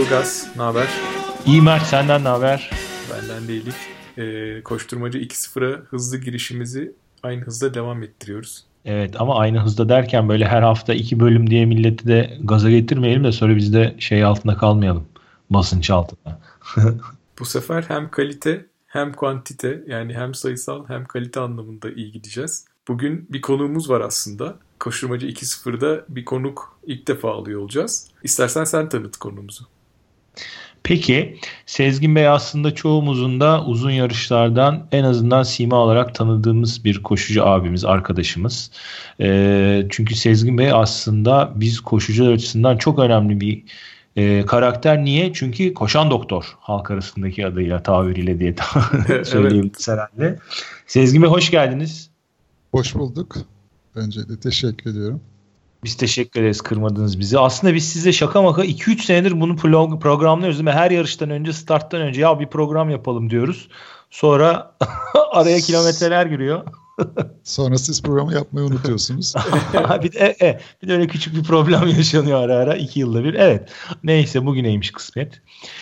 Ilgaz, ne haber? İyi Mert, senden ne haber? Benden de iyilik. Koşturmaca 2.0'a hızlı girişimizi aynı hızda devam ettiriyoruz. Evet ama aynı hızda derken böyle her hafta 2 bölüm diye milleti de gaza getirmeyelim de sonra biz de şey altında kalmayalım. Basınç altında. Bu sefer hem kalite hem kuantite, yani hem sayısal hem kalite anlamında iyi gideceğiz. Bugün bir konuğumuz var aslında. Koşturmaca 2.0'da bir konuk ilk defa alıyor olacağız. İstersen sen tanıt konuğumuzu. Peki Sezgin Bey aslında çoğumuzun da uzun yarışlardan en azından sima olarak tanıdığımız bir koşucu abimiz, arkadaşımız. Çünkü Sezgin Bey aslında biz koşucular açısından çok önemli bir karakter. Niye? Çünkü koşan doktor halk arasındaki adıyla, tabiriyle diye söyleyebiliriz herhalde. Sezgin Bey hoş geldiniz. Hoş bulduk. Önce de teşekkür ediyorum. Biz teşekkür ederiz kırmadınız bizi. Aslında biz size şaka maka 2-3 senedir bunu programlıyoruz değil mi? Her yarıştan önce, starttan önce ya bir program yapalım diyoruz. Sonra araya kilometreler giriyor. Sonra siz programı yapmayı unutuyorsunuz. bir de öyle küçük bir problem yaşanıyor ara ara 2 yılda bir. Evet. Neyse bugüneymiş kısmet.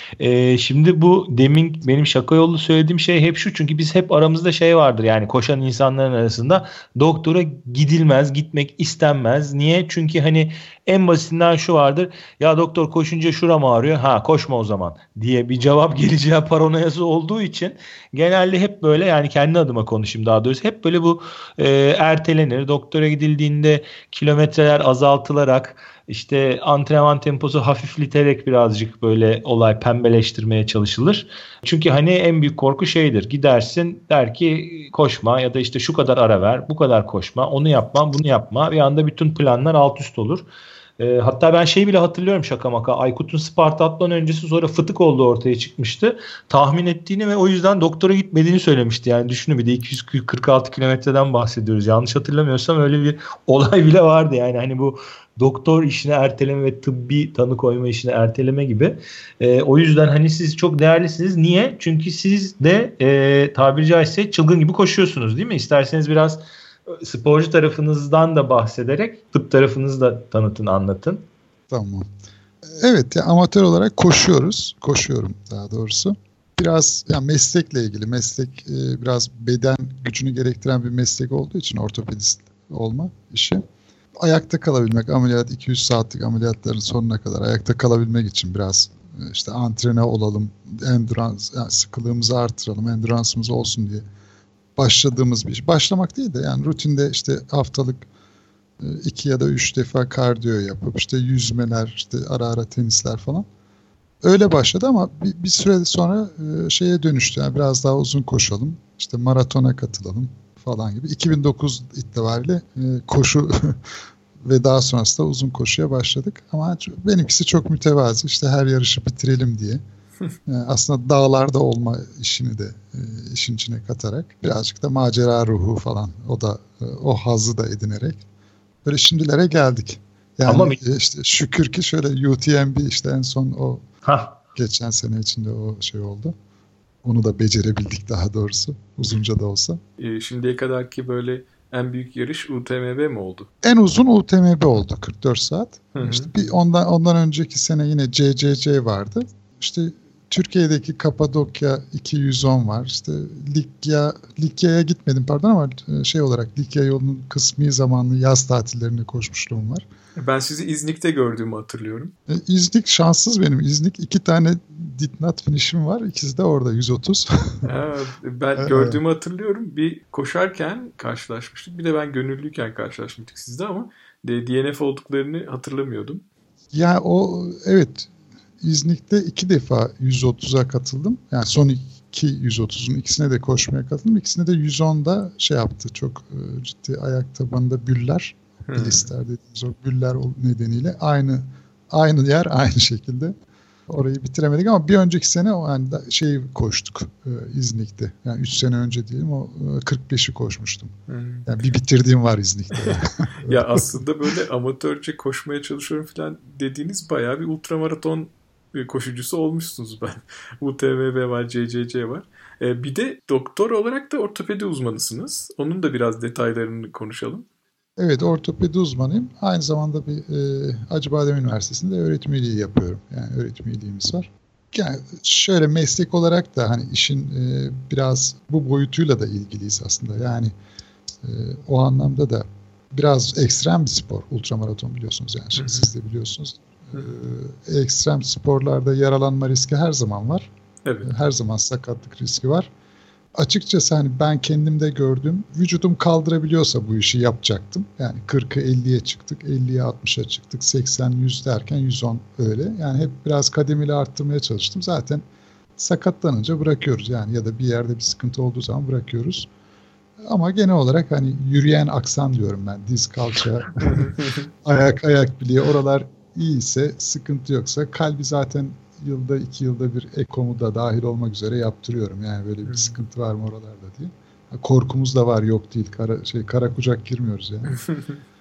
Şimdi bu demin benim şaka yollu söylediğim şey hep şu. Çünkü biz hep aramızda şey vardır yani koşan insanların arasında doktora gidilmez, gitmek istenmez. Niye? Çünkü hani en basitinden şu vardır. Ya doktor koşunca şuram ağrıyor. Ha koşma o zaman diye bir cevap geleceği paranoyası olduğu için genelde hep böyle yani kendi adıma konuşayım daha doğrusu. Hep böyle bu ertelenir. Doktora gidildiğinde kilometreler azaltılarak işte antrenman temposu hafifleterek birazcık böyle olay pembeleştirmeye çalışılır. Çünkü hani en büyük korku şeydir. Gidersin der ki koşma ya da işte şu kadar ara ver, bu kadar koşma, onu yapma, bunu yapma. Bir anda bütün planlar alt üst olur. Hatta ben şeyi bile hatırlıyorum şaka maka. Aykut'un Spartathlon öncesi sonra fıtık olduğu ortaya çıkmıştı. Tahmin ettiğini ve o yüzden doktora gitmediğini söylemişti. Yani düşünün bir de 246 kilometreden bahsediyoruz. Yanlış hatırlamıyorsam öyle bir olay bile vardı. Yani hani bu doktor işine erteleme ve tıbbi tanı koyma işine erteleme gibi. O yüzden hani siz çok değerlisiniz. Niye? Çünkü siz de tabiri caizse çılgın gibi koşuyorsunuz değil mi? İsterseniz biraz sporcu tarafınızdan da bahsederek tıp tarafınızı da tanıtın, anlatın. Tamam. Evet, amatör olarak koşuyoruz. Koşuyorum daha doğrusu. Biraz yani meslekle ilgili. Meslek biraz beden gücünü gerektiren bir meslek olduğu için ortopedist olma işi. Ayakta kalabilmek, ameliyat 200 saatlik ameliyatların sonuna kadar ayakta kalabilmek için biraz işte antrene olalım, endurans, yani sıkılığımızı artıralım, enduransımız olsun diye başladığımız bir iş. Başlamak değil de yani rutinde işte haftalık 2 ya da 3 defa kardiyo yapıp işte yüzmeler, işte ara ara tenisler falan. Öyle başladı ama bir süre sonra şeye dönüştü. Yani biraz daha uzun koşalım, işte maratona katılalım falan gibi. 2009 itibariyle koşu ve daha sonrasında uzun koşuya başladık. Ama benimkisi çok mütevazi. İşte her yarışı bitirelim diye. Aslında dağlarda olma işini de işin içine katarak birazcık da macera ruhu falan o da o hazzı da edinerek böyle şimdilere geldik. Yani ama işte şükür ki şöyle UTMB işte en son o geçen sene içinde o şey oldu. Onu da becerebildik daha doğrusu. Uzunca da olsa. Şimdiye kadarki böyle en büyük yarış UTMB mi oldu? En uzun UTMB oldu 44 saat. İşte bir ondan önceki sene yine CCC vardı. İşte Türkiye'deki Kapadokya 210 var. İşte Likya'ya gitmedim pardon ama şey olarak Likya yolunun kısmi zamanlı yaz tatillerinde koşmuşluğum var. Ben sizi İznik'te gördüğümü hatırlıyorum. İznik şanssız benim. İznik 2 tane did not finish'im var. İkisi de orada 130. Ben gördüğümü hatırlıyorum. Bir koşarken karşılaşmıştık. Bir de ben gönüllüyken karşılaşmıştık sizde ama DNF olduklarını hatırlamıyordum. Ya o evet İznik'te 2 defa 130'a katıldım. Yani son 2 130'un ikisine de koşmaya katıldım. İkisine de 110'da şey yaptı. Çok ciddi ayak tabanında büller. Blister dediğimiz o büller nedeniyle aynı yer aynı şekilde. Orayı bitiremedik ama bir önceki sene o yani koştuk İznik'te. Yani 3 sene önce diyelim o 45'i koşmuştum. Yani bir bitirdiğim var İznik'te. Ya aslında böyle amatörce koşmaya çalışıyorum falan dediğiniz bayağı bir ultramaraton koşucusu olmuşsunuz ben. UTMB var, CCC var. Bir de doktor olarak da ortopedi uzmanısınız. Onun da biraz detaylarını konuşalım. Evet, ortopedi uzmanıyım. Aynı zamanda bir Acıbadem Üniversitesi'nde öğretim üyeliği yapıyorum. Yani öğretim üyeliğimiz var. Yani şöyle meslek olarak da hani işin biraz bu boyutuyla da ilgiliyiz aslında. Yani o anlamda da biraz ekstrem bir spor. Ultramaraton biliyorsunuz yani. Şimdi siz de biliyorsunuz. Ekstrem sporlarda yaralanma riski her zaman var. Evet. Her zaman sakatlık riski var. Açıkçası hani ben kendimde gördüğüm, vücudum kaldırabiliyorsa bu işi yapacaktım. Yani 40'ı 50'ye çıktık, 50'ye 60'a çıktık, 80-100 derken 110 öyle. Yani hep biraz kademeli arttırmaya çalıştım. Zaten sakatlanınca bırakıyoruz yani, ya da bir yerde bir sıkıntı olduğu zaman bırakıyoruz. Ama genel olarak hani yürüyen aksan diyorum ben. Diz, kalça, ayak bileği, oralar iyiyse, sıkıntı yoksa, kalbi zaten yılda 2 yılda bir ekomu da dahil olmak üzere yaptırıyorum. Yani böyle bir sıkıntı var mı oralarda diye. Korkumuz da var, yok değil. Kara kucak girmiyoruz yani.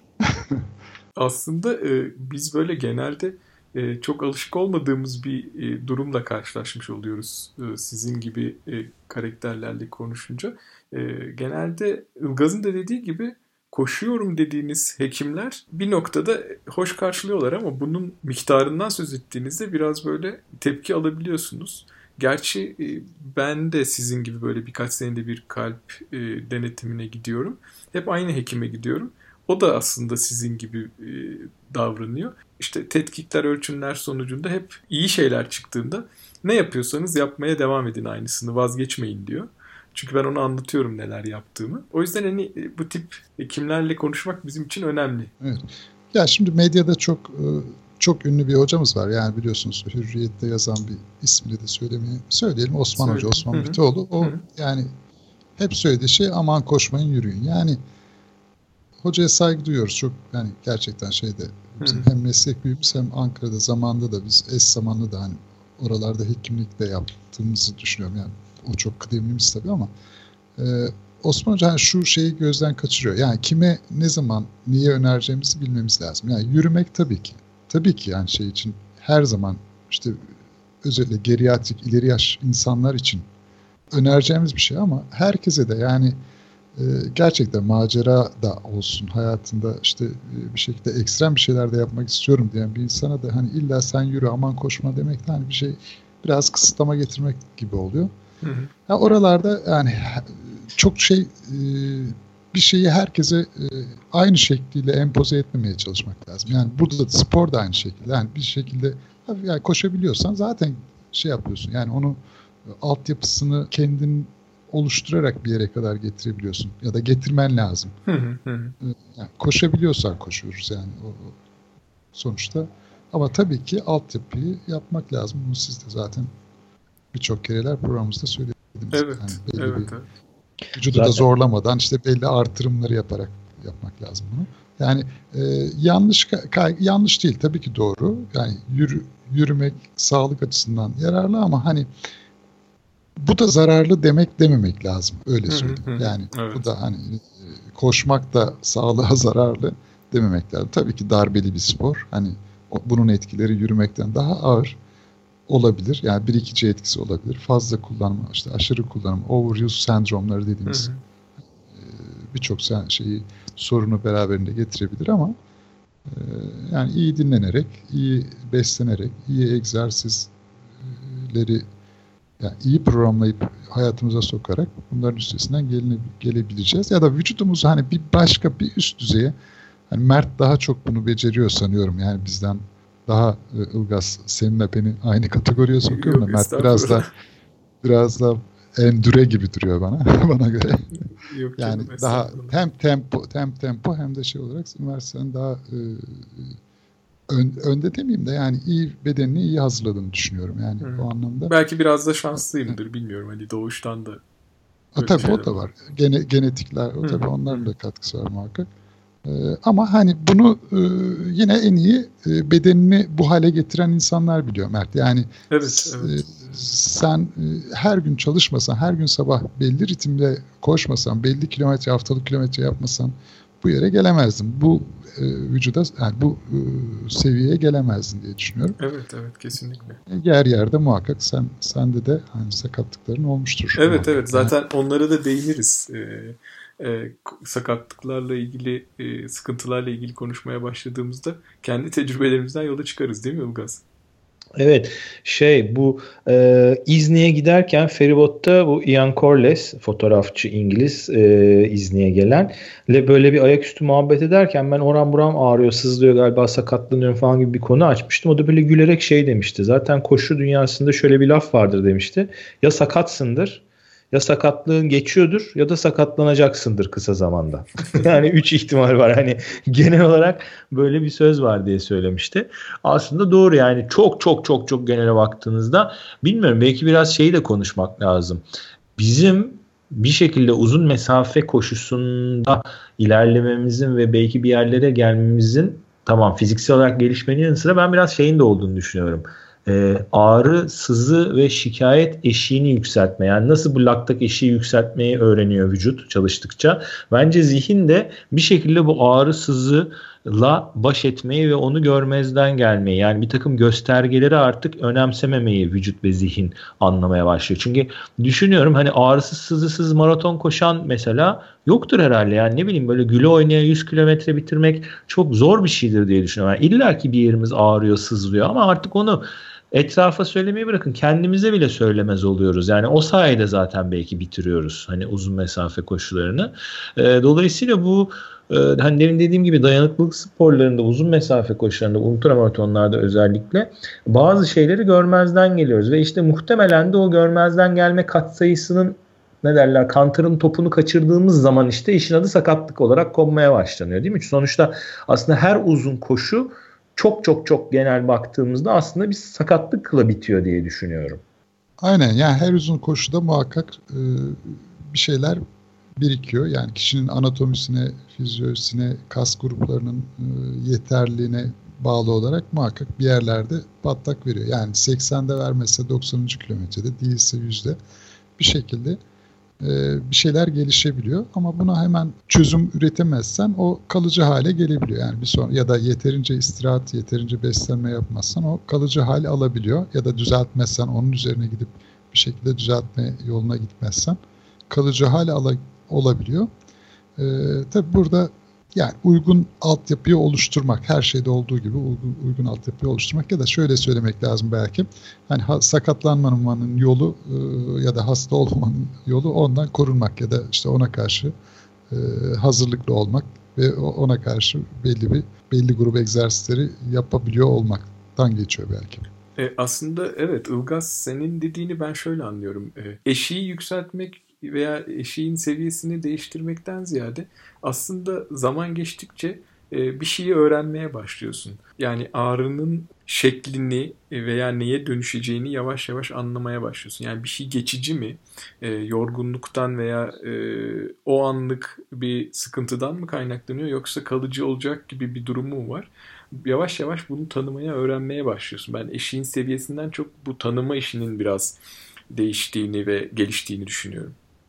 Aslında biz böyle genelde çok alışık olmadığımız bir durumla karşılaşmış oluyoruz. Sizin gibi karakterlerle konuşunca. Genelde Ilgaz'ın da dediği gibi koşuyorum dediğiniz hekimler bir noktada hoş karşılıyorlar ama bunun miktarından söz ettiğinizde biraz böyle tepki alabiliyorsunuz. Gerçi ben de sizin gibi böyle birkaç senede bir kalp denetimine gidiyorum. Hep aynı hekime gidiyorum. O da aslında sizin gibi davranıyor. İşte tetkikler, ölçümler sonucunda hep iyi şeyler çıktığında ne yapıyorsanız yapmaya devam edin, aynısını vazgeçmeyin diyor. Çünkü ben ona anlatıyorum neler yaptığımı. O yüzden hani bu tip hekimlerle konuşmak bizim için önemli. Evet. Ya şimdi medyada çok ünlü bir hocamız var. Yani biliyorsunuz Hürriyet'te yazan, bir ismini de söyleyelim. Osman Hoca, Osman Bitoğlu. O yani hep söylediği şey, aman koşmayın, yürüyün. Yani hocaya saygı duyuyoruz. Çok yani gerçekten bizim hem meslek büyüğümüz hem Ankara'da zamanında da biz eş zamanlı da hani oralarda hekimlik de yaptığımızı düşünüyorum. Yani o çok kıdemlimiz tabii ama Osman Hoca hani şu şeyi gözden kaçırıyor. Yani kime ne zaman niye önereceğimizi bilmemiz lazım. Yani yürümek tabii ki yani şey için her zaman işte özellikle geriatrik, ileri yaş insanlar için önereceğimiz bir şey ama herkese de yani gerçekten macera da olsun hayatında, işte bir şekilde ekstrem bir şeyler de yapmak istiyorum diyen bir insana da hani illa sen yürü aman koşma demek de hani bir şey, biraz kısıtlama getirmek gibi oluyor. Yani oralarda yani çok bir şeyi herkese aynı şekliyle empoze etmemeye çalışmak lazım. Yani burada da spor da aynı şekilde. Yani bir şekilde yani koşabiliyorsan zaten şey yapıyorsun. Yani onu altyapısını kendin oluşturarak bir yere kadar getirebiliyorsun. Ya da getirmen lazım. Yani koşabiliyorsan koşuyoruz yani sonuçta. Ama tabii ki altyapıyı yapmak lazım. Bunu siz de zaten birçok kereler programımızda söylediniz. Evet. Yani belli vücudu da zorlamadan işte belli artırımları yaparak yapmak lazım bunu. Yani yanlış değil, tabii ki doğru. Yani yürümek sağlık açısından yararlı ama hani bu da zararlı dememek lazım. Öyle söyleyeyim. Yani evet. Bu da hani koşmak da sağlığa zararlı dememek lazım. Tabii ki darbeli bir spor. Hani bunun etkileri yürümekten daha ağır olabilir. Yani birikici etkisi olabilir. Fazla kullanma, işte aşırı kullanım, overuse sendromları dediğimiz birçok sorunu beraberinde getirebilir ama yani iyi dinlenerek, iyi beslenerek, iyi egzersizleri yani iyi programlayıp hayatımıza sokarak bunların üstesinden gelebileceğiz. Ya da vücudumuzu hani bir üst düzeye, hani Mert daha çok bunu beceriyor sanıyorum. Yani bizden daha Ilgaz, seninle beni aynı kategoriye sokuyorum da Mert biraz da endüre gibi duruyor bana göre. Yok, yani daha hem tempo hem de şey olarak üniversitenin daha önde demeyeyim de yani iyi bedenini iyi hazırladığını düşünüyorum yani o anlamda. Belki biraz da şanslıyımdır, bilmiyorum, hani doğuştan da. Tabii o da var. Genetikler, tabii onların da katkısı var muhakkak. Ama hani bunu yine en iyi bedenini bu hale getiren insanlar biliyor Mert. Yani evet. Sen her gün çalışmasan, her gün sabah belli ritimde koşmasan, belli kilometre, haftalık kilometre yapmasan bu yere gelemezdin. Bu vücuda, yani bu seviyeye gelemezdin diye düşünüyorum. Evet, kesinlikle. Yer yerde muhakkak sende de hani sakatlıkların olmuştur. Evet, zaten onlara da değiniriz. sakatlıklarla ilgili, sıkıntılarla ilgili konuşmaya başladığımızda kendi tecrübelerimizden yola çıkarız değil mi Ilgaz? Evet, bu İzni'ye giderken feribotta bu Ian Corless, fotoğrafçı İngiliz, İzni'ye gelen böyle bir ayaküstü muhabbet ederken ben oram buram ağrıyor, sızlıyor galiba, sakatlanıyorum falan gibi bir konu açmıştım. O da böyle gülerek demişti. Zaten koşu dünyasında şöyle bir laf vardır demişti. Ya sakatsındır, ya sakatlığın geçiyordur, ya da sakatlanacaksındır kısa zamanda. Yani 3 ihtimal var. Hani genel olarak böyle bir söz var diye söylemişti. Aslında doğru, yani çok çok çok çok genele baktığınızda, bilmiyorum, belki biraz de konuşmak lazım. Bizim bir şekilde uzun mesafe koşusunda ilerlememizin ve belki bir yerlere gelmemizin, tamam, fiziksel olarak gelişmenin yanı sıra ben biraz de olduğunu düşünüyorum. Ağrı, sızı ve şikayet eşiğini yükseltme. Yani nasıl bu laktak eşiği yükseltmeyi öğreniyor vücut çalıştıkça. Bence zihin de bir şekilde bu ağrı, sızıyla baş etmeyi ve onu görmezden gelmeyi, yani bir takım göstergeleri artık önemsememeyi vücut ve zihin anlamaya başlıyor. Çünkü düşünüyorum, hani ağrısız, sızısız maraton koşan mesela yoktur herhalde. Yani ne bileyim, böyle güle oynaya 100 kilometre bitirmek çok zor bir şeydir diye düşünüyorum. Yani İlla ki bir yerimiz ağrıyor, sızlıyor ama artık onu etrafa söylemeyi bırakın, kendimize bile söylemez oluyoruz. Yani o sayede zaten belki bitiriyoruz hani uzun mesafe koşularını. Dolayısıyla bu hani demin dediğim gibi dayanıklılık sporlarında, uzun mesafe koşularında, ultramaratonlarda özellikle bazı şeyleri görmezden geliyoruz ve işte muhtemelen de o görmezden gelme katsayısının, ne derler, kantarın topunu kaçırdığımız zaman işte işin adı sakatlık olarak konmaya başlanıyor, değil mi? Sonuçta aslında her uzun koşu çok çok çok genel baktığımızda aslında bir sakatlıkla bitiyor diye düşünüyorum. Aynen, yani her uzun koşuda muhakkak bir şeyler birikiyor. Yani kişinin anatomisine, fizyolojisine, kas gruplarının yeterliliğine bağlı olarak muhakkak bir yerlerde patlak veriyor. Yani 80'de vermezse 90. kilometrede, değilse 100'de bir şekilde bir şeyler gelişebiliyor. Ama buna hemen çözüm üretemezsen o kalıcı hale gelebiliyor. Yani bir sonra, ya da yeterince istirahat, yeterince beslenme yapmazsan o kalıcı hal alabiliyor. Ya da düzeltmezsen, onun üzerine gidip bir şekilde düzeltme yoluna gitmezsen kalıcı hal olabiliyor. Tabii burada yani uygun altyapıyı oluşturmak, her şeyde olduğu gibi uygun altyapıyı oluşturmak, ya da şöyle söylemek lazım belki, hani sakatlanmanın yolu ya da hasta olmanın yolu ondan korunmak ya da işte ona karşı hazırlıklı olmak ve ona karşı belli grup egzersizleri yapabiliyor olmaktan geçiyor belki. Aslında evet Ilgaz, senin dediğini ben şöyle anlıyorum. Eşiği yükseltmek veya eşiğin seviyesini değiştirmekten ziyade aslında zaman geçtikçe bir şeyi öğrenmeye başlıyorsun. Yani ağrının şeklini veya neye dönüşeceğini yavaş yavaş anlamaya başlıyorsun. Yani bir şey geçici mi? Yorgunluktan veya o anlık bir sıkıntıdan mı kaynaklanıyor, yoksa kalıcı olacak gibi bir durumu mu var? Yavaş yavaş bunu tanımaya, öğrenmeye başlıyorsun. Ben eşiğin seviyesinden çok bu tanıma işinin biraz değiştiğini ve geliştiğini düşünüyorum.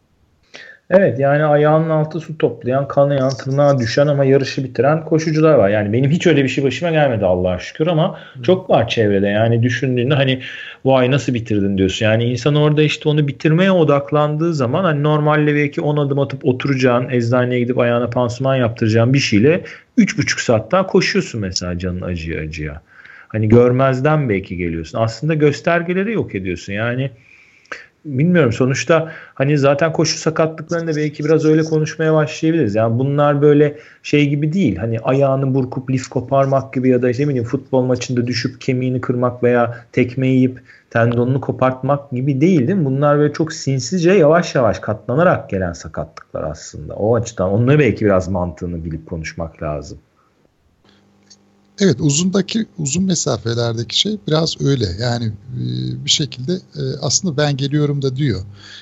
Evet, yani ayağının altı su toplayan, kanayan, tırnağa düşen ama yarışı bitiren koşucular var. Yani benim hiç öyle bir şey başıma gelmedi Allah'a şükür, ama çok var çevrede. Yani düşündüğünde hani vay nasıl bitirdin diyorsun. Yani insan orada işte onu bitirmeye odaklandığı zaman hani normalde belki 10 adım atıp oturacağın, eczaneye gidip ayağına pansuman yaptıracağın bir şeyle 3,5 saat daha koşuyorsun mesela, canın acıya acıya. Hani görmezden belki geliyorsun. Aslında göstergeleri yok ediyorsun. Yani bilmiyorum, sonuçta hani zaten koşu sakatlıklarında belki biraz öyle konuşmaya başlayabiliriz. Yani bunlar böyle şey gibi değil. Hani ayağını burkup lif koparmak gibi ya da işte bileyim futbol maçında düşüp kemiğini kırmak veya tekme yiyip tendonunu kopartmak gibi değil, değil mi? Bunlar böyle çok sinsizce, yavaş yavaş katlanarak gelen sakatlıklar aslında. O açıdan onları belki biraz mantığını bilip konuşmak lazım. Evet, uzun mesafelerdeki şey biraz öyle. Yani bir şekilde aslında ben geliyorum da diyor.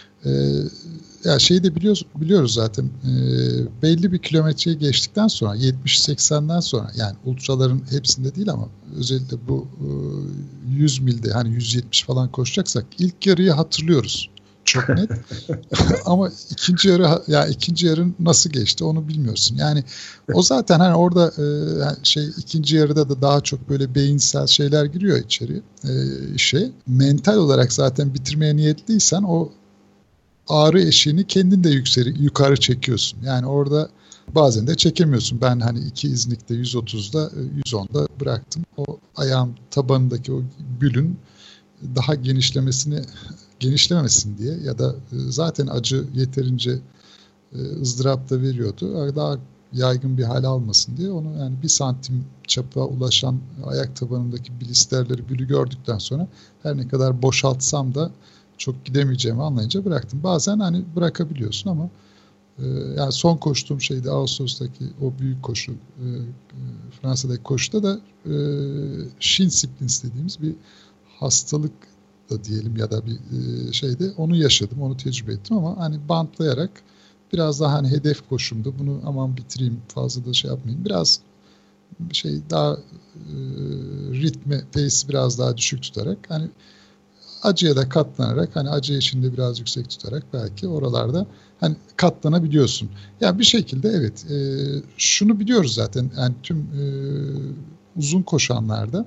Ya şeyi de biliyoruz zaten, belli bir kilometreyi geçtikten sonra 70-80'den sonra, yani ultraların hepsinde değil ama özellikle bu 100 milde hani 170 falan koşacaksak ilk yarıyı hatırlıyoruz. Çok net. Ama ikinci yarı nasıl geçti onu bilmiyorsun. Yani o zaten hani orada ikinci yarıda da daha çok böyle beyinsel şeyler giriyor içeri. Mental olarak zaten bitirmeye niyetliysen o ağrı eşiğini kendin de yukarı çekiyorsun. Yani orada bazen de çekemiyorsun. Ben hani 2 iznikte 130'da 110'da bıraktım. O ayağım tabanındaki o bülün daha genişlememesin diye ya da zaten acı yeterince ızdırap da veriyordu. Daha yaygın bir hal almasın diye onu yani 1 santim çapa ulaşan ayak tabanındaki blisterleri, bülü gördükten sonra her ne kadar boşaltsam da çok gidemeyeceğimi anlayınca bıraktım. Bazen hani bırakabiliyorsun ama yani son koştuğum şeydi Ağustos'taki o büyük koşu, Fransa'daki koşuda da shin splints dediğimiz bir hastalık da diyelim ya da bir şeyde onu yaşadım, onu tecrübe ettim ama hani bantlayarak biraz daha hani hedef koşumda bunu aman bitireyim, fazla da şey yapmayayım. Biraz daha ritmi, pace'i biraz daha düşük tutarak hani acıya da katlanarak hani acı içinde biraz yüksek tutarak belki oralarda hani katlanabiliyorsun. Yani bir şekilde evet şunu biliyoruz zaten yani tüm uzun koşanlarda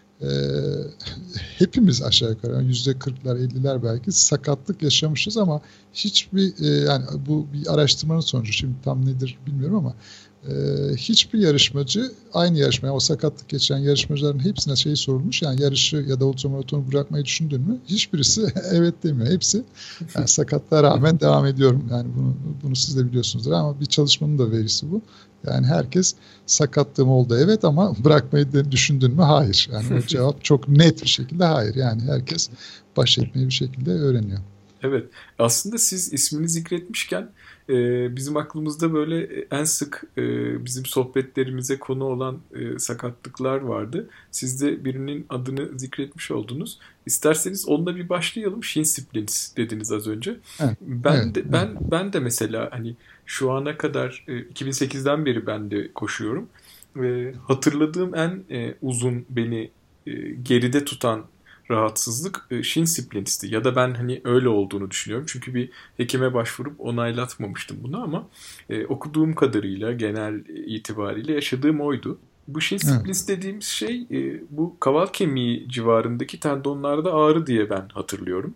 hepimiz aşağı yukarı %40'lar 50'ler belki sakatlık yaşamışız ama hiçbir yani bu bir araştırmanın sonucu şimdi tam nedir bilmiyorum ama hiçbir yarışmacı aynı yarışmaya o sakatlık geçiren yarışmacıların hepsine şey sorulmuş yani yarışı ya da ultramaratonu bırakmayı düşündün mü? Hiçbirisi evet demiyor. Hepsi yani sakatlığa rağmen devam ediyorum. Yani bunu siz de biliyorsunuzdur ama bir çalışmanın da verisi bu. Yani herkes sakatlığım oldu evet ama bırakmayı düşündün mü? Hayır. Yani o cevap çok net bir şekilde hayır. Yani herkes baş etmeyi bir şekilde öğreniyor. Evet. Aslında siz ismini zikretmişken bizim aklımızda böyle en sık bizim sohbetlerimize konu olan sakatlıklar vardı. Siz de birinin adını zikretmiş oldunuz. İsterseniz onunla bir başlayalım. Shin splints dediniz az önce. Evet. Ben de mesela hani şu ana kadar 2008'den beri ben de koşuyorum. Hatırladığım en uzun beni geride tutan rahatsızlık shin splints'ti. Ya da ben hani öyle olduğunu düşünüyorum. Çünkü bir hekime başvurup onaylatmamıştım bunu ama okuduğum kadarıyla genel itibariyle yaşadığım oydu. Bu shin splints dediğimiz şey bu kaval kemiği civarındaki tendonlarda ağrı diye ben hatırlıyorum.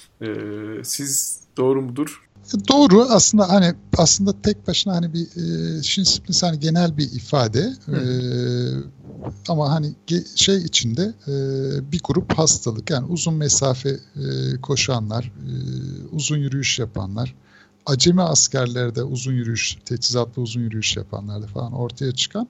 Siz doğru mudur? Doğru aslında tek başına hani bir shin splints hani genel bir ifade ama hani şey içinde bir grup hastalık yani uzun mesafe koşanlar, uzun yürüyüş yapanlar, acemi askerlerde uzun yürüyüş, teçhizatlı uzun yürüyüş yapanlarda falan ortaya çıkan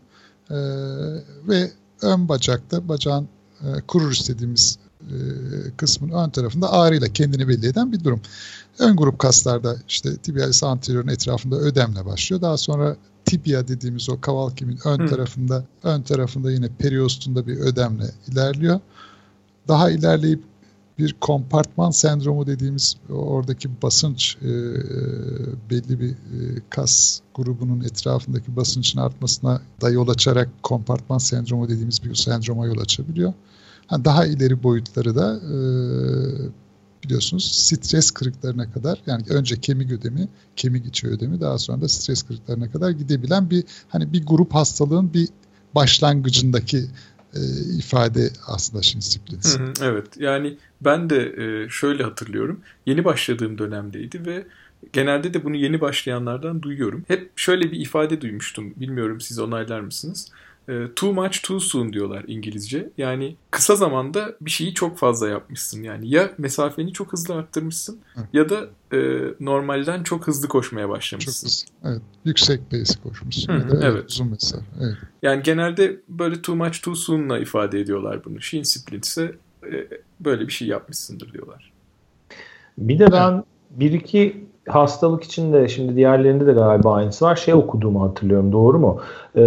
ve ön bacakta bacağın cruris dediğimiz kısmın ön tarafında ağrıyla kendini belli eden bir durum. Ön grup kaslarda işte tibialis anterior'un etrafında ödemle başlıyor. Daha sonra tibia dediğimiz o kaval kemiğin ön tarafında yine periostunda bir ödemle ilerliyor. Daha ilerleyip bir kompartman sendromu dediğimiz oradaki basınç belli bir kas grubunun etrafındaki basınçın artmasına da yol açarak kompartman sendromu dediğimiz bir sendroma yol açabiliyor. Daha ileri boyutları da biliyorsunuz stres kırıklarına kadar yani önce kemik ödemi, kemik içi ödemi daha sonra da stres kırıklarına kadar gidebilen bir grup hastalığın bir başlangıcındaki ifade aslında shin splints. Evet yani ben de şöyle hatırlıyorum. Yeni başladığım dönemdeydi ve genelde de bunu yeni başlayanlardan duyuyorum. Hep şöyle bir ifade duymuştum. Bilmiyorum siz onaylar mısınız? Too much too soon diyorlar İngilizce. Yani kısa zamanda bir şeyi çok fazla yapmışsın. Yani ya mesafeni çok hızlı arttırmışsın ya da normalden çok hızlı koşmaya başlamışsın. Çok hızlı. Evet. Yüksek pace koşmuşsun ya da evet. Uzun mesafe. Evet. Yani genelde böyle too much too soon'la ifade ediyorlar bunu. Shin splints'e böyle bir şey yapmışsındır diyorlar. Bir de ben bir iki hastalık için de şimdi diğerlerinde de galiba aynısı var. Okuduğumu hatırlıyorum. Doğru mu?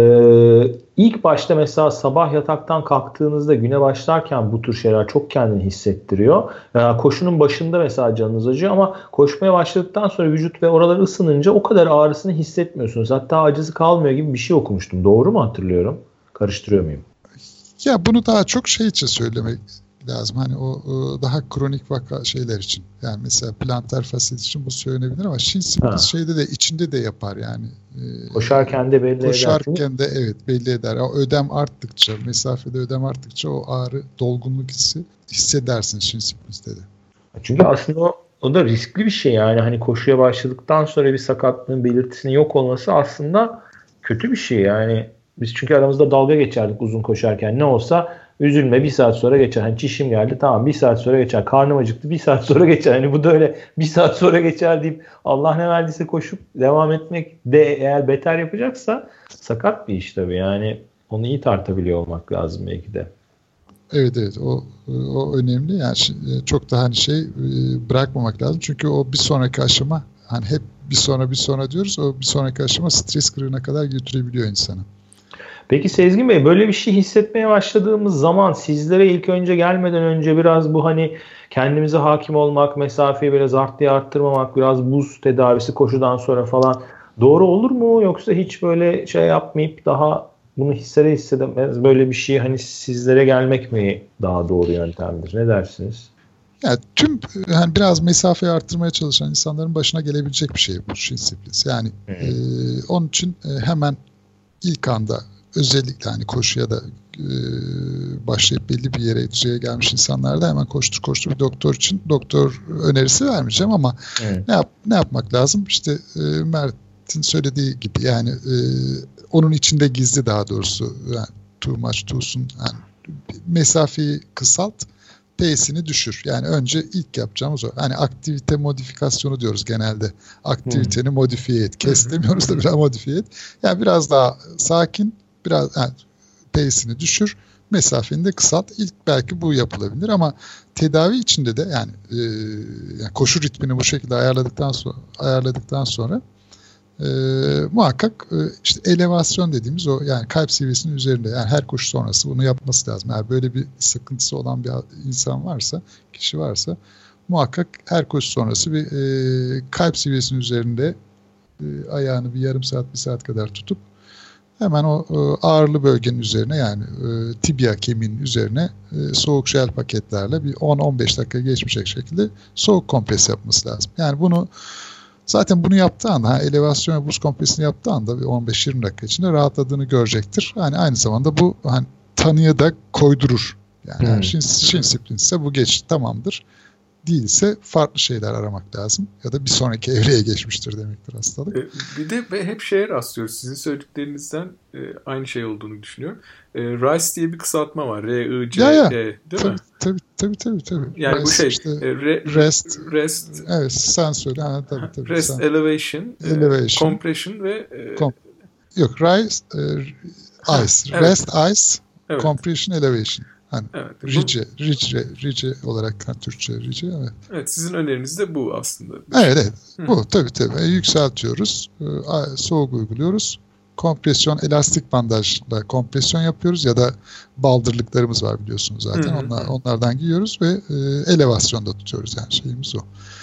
İlk başta mesela sabah yataktan kalktığınızda güne başlarken bu tür şeyler çok kendini hissettiriyor. Koşunun başında mesela canınız acıyor ama koşmaya başladıktan sonra vücut ve oralar ısınınca o kadar ağrısını hissetmiyorsunuz. Hatta acısı kalmıyor gibi bir şey okumuştum. Doğru mu hatırlıyorum? Karıştırıyor muyum? Ya bunu daha çok şey için söylemek lazım. Hani o daha kronik vaka şeyler için. Yani mesela plantar fasit için bu söylenebilir ama shin splints şeyde de içinde de yapar yani. Koşarken de belli eder. Koşarken de evet belli eder. O ödem arttıkça, mesafede ödem arttıkça o ağrı, dolgunluk hissi hissedersin shin splints'te de. Çünkü aslında o o da riskli bir şey yani. Hani koşuya başladıktan sonra bir sakatlığın belirtisinin yok olması aslında kötü bir şey yani. Biz çünkü aramızda dalga geçerdik uzun koşarken. Ne olsa üzülme, 1 saat sonra geçer. Hani çişim geldi, tamam 1 saat sonra geçer. Karnım acıktı, 1 saat sonra geçer. Hani bu da öyle 1 saat sonra geçer deyip Allah ne verdiyse koşup devam etmek de eğer beter yapacaksa sakat bir iş tabii. Yani onu iyi tartabiliyor olmak lazım belki de. Evet o önemli yani çok da hani bırakmamak lazım çünkü o bir sonraki aşama hani hep bir sonra diyoruz, o bir sonraki aşama stres kırığına kadar götürebiliyor insanı. Peki Sezgin Bey, böyle bir şey hissetmeye başladığımız zaman sizlere ilk önce gelmeden önce biraz bu hani kendimize hakim olmak, mesafeyi biraz arttırmamak, biraz buz tedavisi koşudan sonra falan doğru olur mu? Yoksa hiç böyle şey yapmayıp daha bunu hissedemez böyle bir şey hani sizlere gelmek mi daha doğru yöntemdir? Ne dersiniz? Yani yani biraz mesafeyi arttırmaya çalışan insanların başına gelebilecek bir şey bu shin splints. Yani onun için hemen ilk anda özellikle hani koşuya da başlayıp belli bir yere düzeye gelmiş insanlarda hemen koştur bir doktor önerisi vermeyeceğim ama ne yapmak lazım? İşte Mert'in söylediği gibi yani onun içinde gizli daha doğrusu yani too much too soon yani mesafeyi kısalt, pace'ini düşür. Yani önce ilk yapacağımız o. Hani aktivite modifikasyonu diyoruz genelde. Aktiviteni modifiye et. Kes demiyoruz da biraz modifiye et. Yani biraz daha sakin, biraz yani pace'ini düşür, mesafeni de kısalt. İlk belki bu yapılabilir ama tedavi içinde de yani koşu ritmini bu şekilde ayarladıktan sonra muhakkak işte elevasyon dediğimiz o yani kalp seviyesinin üzerinde yani her koşu sonrası bunu yapması lazım. Eğer böyle bir sıkıntısı olan bir insan varsa, kişi varsa muhakkak her koşu sonrası bir kalp seviyesinin üzerinde ayağını bir yarım saat, 1 saat kadar tutup hemen o ağırlı bölgenin üzerine yani tibia kemiğinin üzerine soğuk jel paketlerle bir 10-15 dakika geçmeyecek şekilde soğuk kompres yapması lazım. Yani zaten bunu yaptığı anda, elevasyon ve buz kompresini yaptığı anda bir 15-20 dakika içinde rahatladığını görecektir. Yani aynı zamanda bu hani tanıya da koydurur. Yani shin splints ise bu tamamdır. Değilse farklı şeyler aramak lazım. Ya da bir sonraki evreye geçmiştir demektir hastalık. Bir de hep şeye rastlıyoruz. Sizin söylediklerinizden aynı şey olduğunu düşünüyorum. RICE diye bir kısaltma var. R-I-C-E değil mi? Tabii. Yani bu şey işte, rest. Evet sen söyle. Tabii. Rest, elevation, compression ve yok rise, ice. Evet. Rest, ice, evet. Compression, elevation. Hani evet, rice olarak Türkçe rice. Evet. Evet, sizin öneriniz de bu aslında. Evet. Bu tabii. Yükseltiyoruz. Soğuk uyguluyoruz. Kompresyon, elastik bandajla kompresyon yapıyoruz ya da baldırlıklarımız var biliyorsunuz zaten. Onlardan giyiyoruz ve elevasyonda tutuyoruz yani şeyimiz o.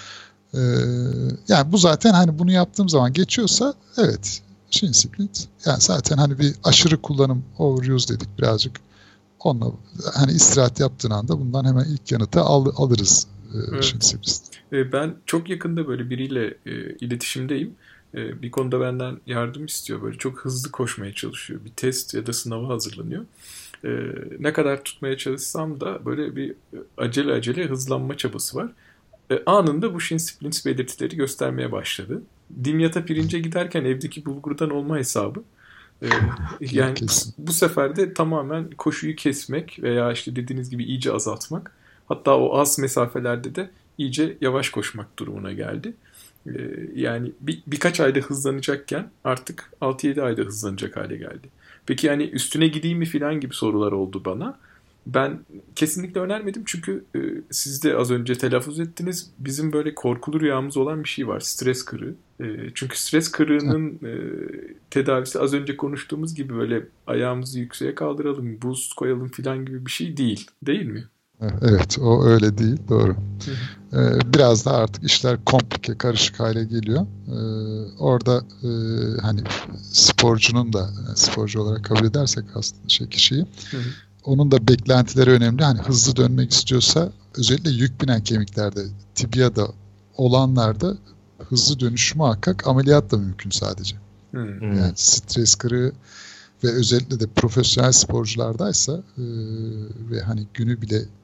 Yani bu zaten hani bunu yaptığım zaman geçiyorsa evet shin splint. Yani zaten hani bir aşırı kullanım overuse dedik birazcık. Onunla hani istirahat yaptığın anda bundan hemen ilk yanıtı alırız. Evet. Ben çok yakında böyle biriyle iletişimdeyim. Bir konuda benden yardım istiyor. Böyle çok hızlı koşmaya çalışıyor. Bir test ya da sınava hazırlanıyor. Ne kadar tutmaya çalışsam da böyle bir acele hızlanma çabası var. Anında bu shin splints belirtileri göstermeye başladı. Dimyata pirince giderken evdeki bulgurdan olma hesabı. Yani bu sefer de tamamen koşuyu kesmek veya işte dediğiniz gibi iyice azaltmak. Hatta o az mesafelerde de iyice yavaş koşmak durumuna geldi. Yani birkaç ayda hızlanacakken artık 6-7 ayda hızlanacak hale geldi. Peki yani üstüne gideyim mi falan gibi sorular oldu bana. Ben kesinlikle önermedim çünkü siz de az önce telaffuz ettiniz. Bizim böyle korkulu rüyamız olan bir şey var. Stres kırığı. Çünkü stres kırığının tedavisi az önce konuştuğumuz gibi böyle ayağımızı yükseğe kaldıralım, buz koyalım falan gibi bir şey değil. Değil mi? Evet, o öyle değil. Doğru. Biraz daha artık işler komplike, karışık hale geliyor. Orada hani sporcunun da sporcu olarak kabul edersek aslında kişiyi onun da beklentileri önemli. Hani hızlı dönmek istiyorsa özellikle yük binen kemiklerde, tibiada olanlarda hızlı dönüş muhakkak ameliyatla mümkün sadece. Yani stres kırığı ve özellikle de profesyonel sporculardaysa ve hani günü bile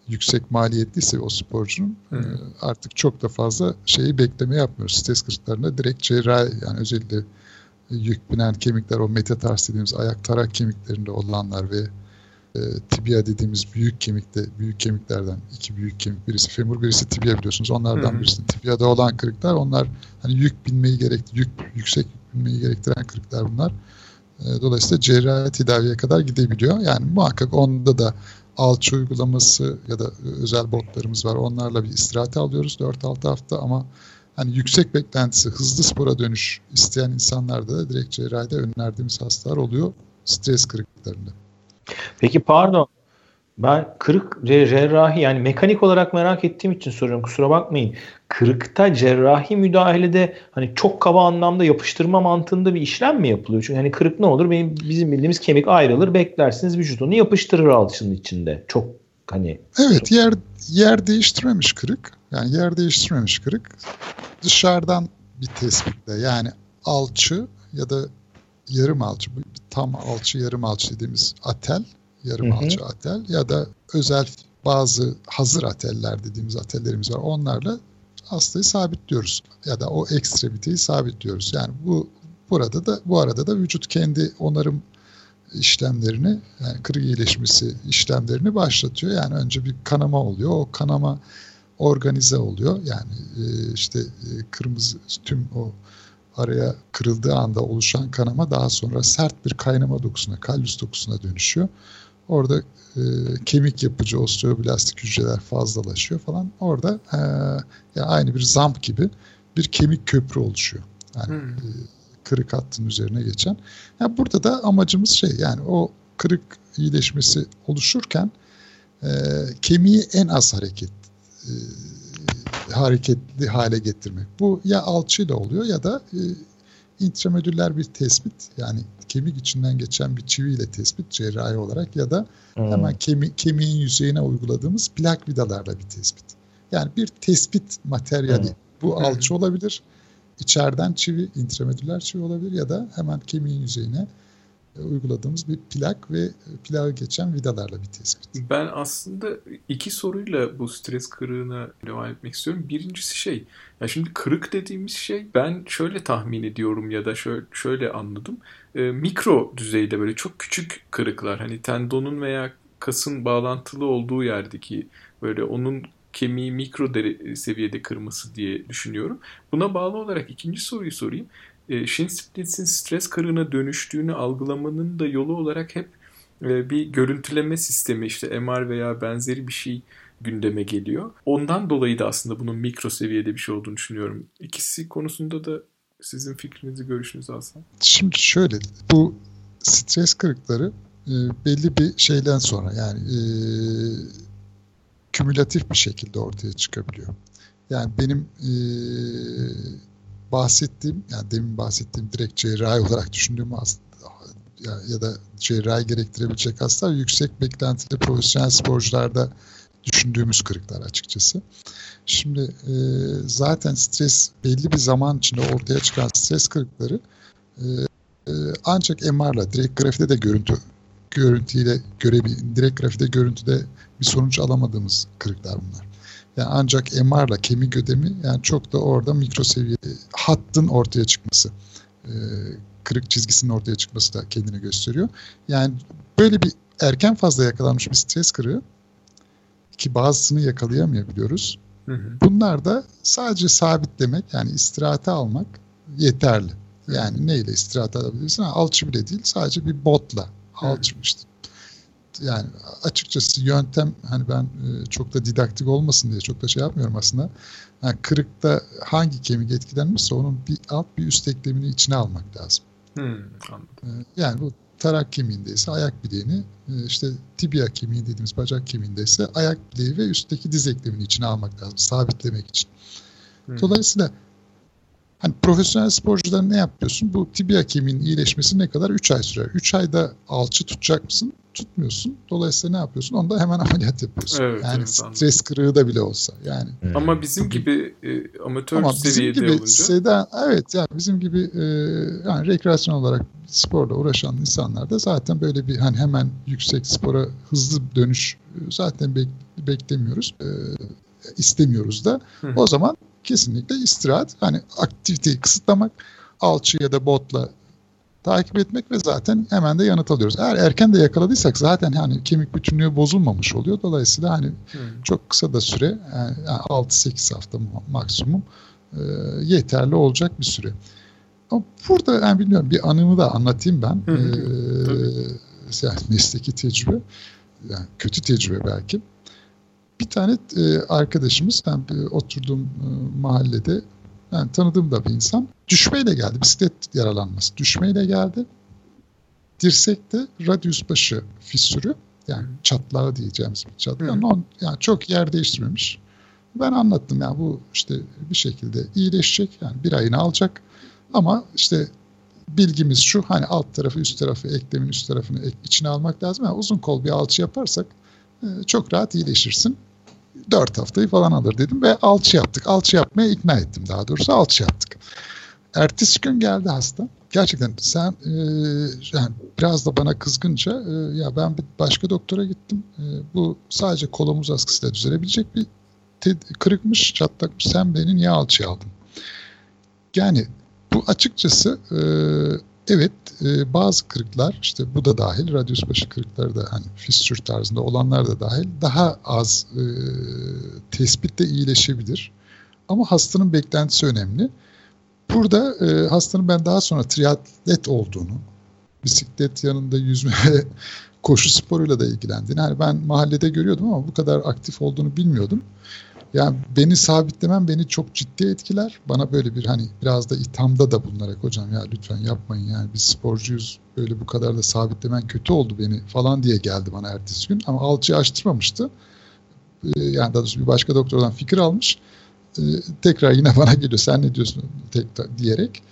yüksek maliyetliyse o sporcunun artık çok da fazla şeyi bekleme yapmıyoruz. Stres kırıklarında direkt cerrahi, yani özellikle yük binen kemikler, o metatarsal dediğimiz ayak tarak kemiklerinde olanlar ve tibia dediğimiz büyük kemiklerden iki büyük kemik, birisi femur, birisi tibia biliyorsunuz. Onlardan birisi tibiada olan kırıklar. Onlar hani yüksek yük binmeyi gerektiren kırıklar bunlar. Dolayısıyla cerrahi tedaviye kadar gidebiliyor. Yani muhakkak onda da alçı uygulaması ya da özel botlarımız var. Onlarla bir istirahat alıyoruz 4-6 hafta ama hani yüksek beklentisi, hızlı spora dönüş isteyen insanlarda da direkt cerrahide önerdiğimiz hastalar oluyor stres kırıklarında. Peki pardon. Ben kırık cerrahi, yani mekanik olarak merak ettiğim için soruyorum, kusura bakmayın. Kırıkta cerrahi müdahalede hani çok kaba anlamda yapıştırma mantığında bir işlem mi yapılıyor? Çünkü hani kırık ne olur? Bizim bildiğimiz kemik ayrılır, beklersiniz, vücut onu yapıştırır alçının içinde. Çok hani... Evet, yer değiştirmemiş kırık. Yani yer değiştirmemiş kırık dışarıdan bir tespitle, yani alçı ya da yarım alçı, tam alçı yarım alçı dediğimiz atel, yarım alçı atel ya da özel bazı hazır ateller dediğimiz atellerimiz var. Onlarla hastayı sabitliyoruz ya da o ekstremiteyi sabitliyoruz. Yani bu arada da vücut kendi onarım işlemlerini, yani kırık iyileşmesi işlemlerini başlatıyor. Yani önce bir kanama oluyor. O kanama organize oluyor. Yani kırmızı tüm o araya kırıldığı anda oluşan kanama daha sonra sert bir kaynama dokusuna, kallus dokusuna dönüşüyor. Orada kemik yapıcı osteoblastik hücreler fazlalaşıyor falan. Orada yani aynı bir zamp gibi bir kemik köprü oluşuyor. Yani kırık hattının üzerine geçen. Yani burada da amacımız yani o kırık iyileşmesi oluşurken kemiği en az hareketli hale getirmek. Bu ya alçıyla oluyor ya da intramedüller bir tespit, yani kemik içinden geçen bir çiviyle tespit cerrahi olarak ya da hemen kemiğin yüzeyine uyguladığımız plak vidalarla bir tespit. Yani bir tespit materyali. Bu alçı olabilir, içeriden çivi, intramedüller çivi olabilir ya da hemen kemiğin yüzeyine uyguladığımız bir plak ve plağı geçen vidalarla bir tespit. Ben aslında iki soruyla bu stres kırığına devam etmek istiyorum. Birincisi ya şimdi kırık dediğimiz şey, ben şöyle tahmin ediyorum ya da şöyle anladım. Mikro düzeyde böyle çok küçük kırıklar, hani tendonun veya kasın bağlantılı olduğu yerdeki, böyle onun kemiği mikro seviyede kırması diye düşünüyorum. Buna bağlı olarak ikinci soruyu sorayım. Shin splits'in stres kırığına dönüştüğünü algılamanın da yolu olarak hep bir görüntüleme sistemi, MR veya benzeri bir şey gündeme geliyor. Ondan dolayı da aslında bunun mikro seviyede bir şey olduğunu düşünüyorum. İkisi konusunda da sizin fikrinizi, görüşünüzü alsam. Şimdi şöyle, bu stres kırıkları belli bir şeyden sonra, yani kümülatif bir şekilde ortaya çıkabiliyor. Yani benim demin bahsettiğim direkt cerrahi olarak düşündüğüm ya da cerrahi gerektirebilecek hastalar yüksek beklentili profesyonel sporcularda düşündüğümüz kırıklar açıkçası. Şimdi zaten stres, belli bir zaman içinde ortaya çıkan stres kırıkları ancak MR'la, direkt grafide de görüntüyle direkt grafide görüntüde bir sonuç alamadığımız kırıklar bunlar. Yani ancak MR'la kemik ödemi, yani çok da orada mikro seviye hattın ortaya çıkması, kırık çizgisinin ortaya çıkması da kendini gösteriyor. Yani böyle bir erken fazla yakalanmış bir stres kırığı, ki bazısını yakalayamayabiliyoruz. Bunlar da sadece sabitlemek, yani istirahate almak yeterli. Yani neyle istirahat alabilirsin? Alçı bile değil, sadece bir botla alçmıştır. Yani açıkçası yöntem, hani ben çok da didaktik olmasın diye çok da şey yapmıyorum aslında. Yani kırıkta hangi kemik etkilenmişse onun bir alt bir üst eklemini içine almak lazım. Anladım. Yani bu tarak kemiğindeyse ayak bileğini, tibia kemiği dediğimiz bacak kemiğindeyse ayak bileği ve üstteki diz eklemini içine almak lazım sabitlemek için. Dolayısıyla Hani profesyonel sporcular ne yapıyorsun? Bu tibia kemiğinin iyileşmesi ne kadar? 3 ay sürer. 3 ayda alçı tutacak mısın? Tutmuyorsun. Dolayısıyla ne yapıyorsun? Onda hemen ameliyat yapıyorsun. Evet, yani evet, stres kırığı da bile olsa. Yani. Ama bizim gibi amatör Ama seviyede bizim gibi olunca. evet yani bizim gibi yani rekreasyon olarak sporla uğraşan insanlar da zaten böyle bir hani hemen yüksek spora hızlı dönüş zaten beklemiyoruz. İstemiyoruz da. O zaman kesinlikle istirahat, hani aktiviteyi kısıtlamak, alçı ya da botla takip etmek ve zaten hemen de yanıt alıyoruz. Eğer erken de yakaladıysak zaten hani kemik bütünlüğü bozulmamış oluyor. Dolayısıyla hani çok kısa da süre, yani 6-8 hafta maksimum yeterli olacak bir süre. Ama burada yani bilmiyorum, bir anımı da anlatayım ben. Yani mesleki tecrübe, yani kötü tecrübe belki. Bir tane arkadaşımız, ben oturduğum mahallede, yani tanıdığım da bir insan, düşmeyle geldi. Bisiklet yaralanması düşmeyle geldi. Dirsekte radyus başı fissürü, yani çatlağı diyeceğimiz bir çatlağı. Yani çok yer değiştirmemiş. Ben anlattım, yani bu işte bir şekilde iyileşecek. Yani bir ayını alacak. Ama işte bilgimiz şu, hani alt tarafı üst tarafı, eklemin üst tarafını içine almak lazım. Yani uzun kol bir alçı yaparsak çok rahat iyileşirsin. 4 haftayı falan alır dedim ve alçı yaptık. Alçı yapmaya ikna ettim, daha doğrusu alçı yaptık. Ertesi gün geldi hasta. Gerçekten sen yani biraz da bana kızgınca ya ben bir başka doktora gittim. Bu sadece kol omuz askısıyla düzelebilecek bir kırıkmış, çatlakmış. Sen beni niye alçıya aldın? Yani bu açıkçası evet, bazı kırıklar, işte bu da dahil, radyus başı kırıkları da hani fissür tarzında olanlar da dahil, daha az tespitte iyileşebilir. Ama hastanın beklentisi önemli. Burada hastanın ben daha sonra triatlet olduğunu, bisiklet yanında yüzme ve koşu sporuyla da ilgilendiğini, hani ben mahallede görüyordum ama bu kadar aktif olduğunu bilmiyordum. Yani beni sabitlemem beni çok ciddi etkiler. Bana böyle bir hani biraz da ithamda da bulunarak, hocam ya lütfen yapmayın, yani biz sporcuyuz, böyle bu kadar da sabitlemen kötü oldu beni falan diye geldi bana ertesi gün. Ama alçıyı açtırmamıştı. Yani daha doğrusu bir başka doktordan fikir almış. Tekrar yine bana geliyor, sen ne diyorsun diyerek.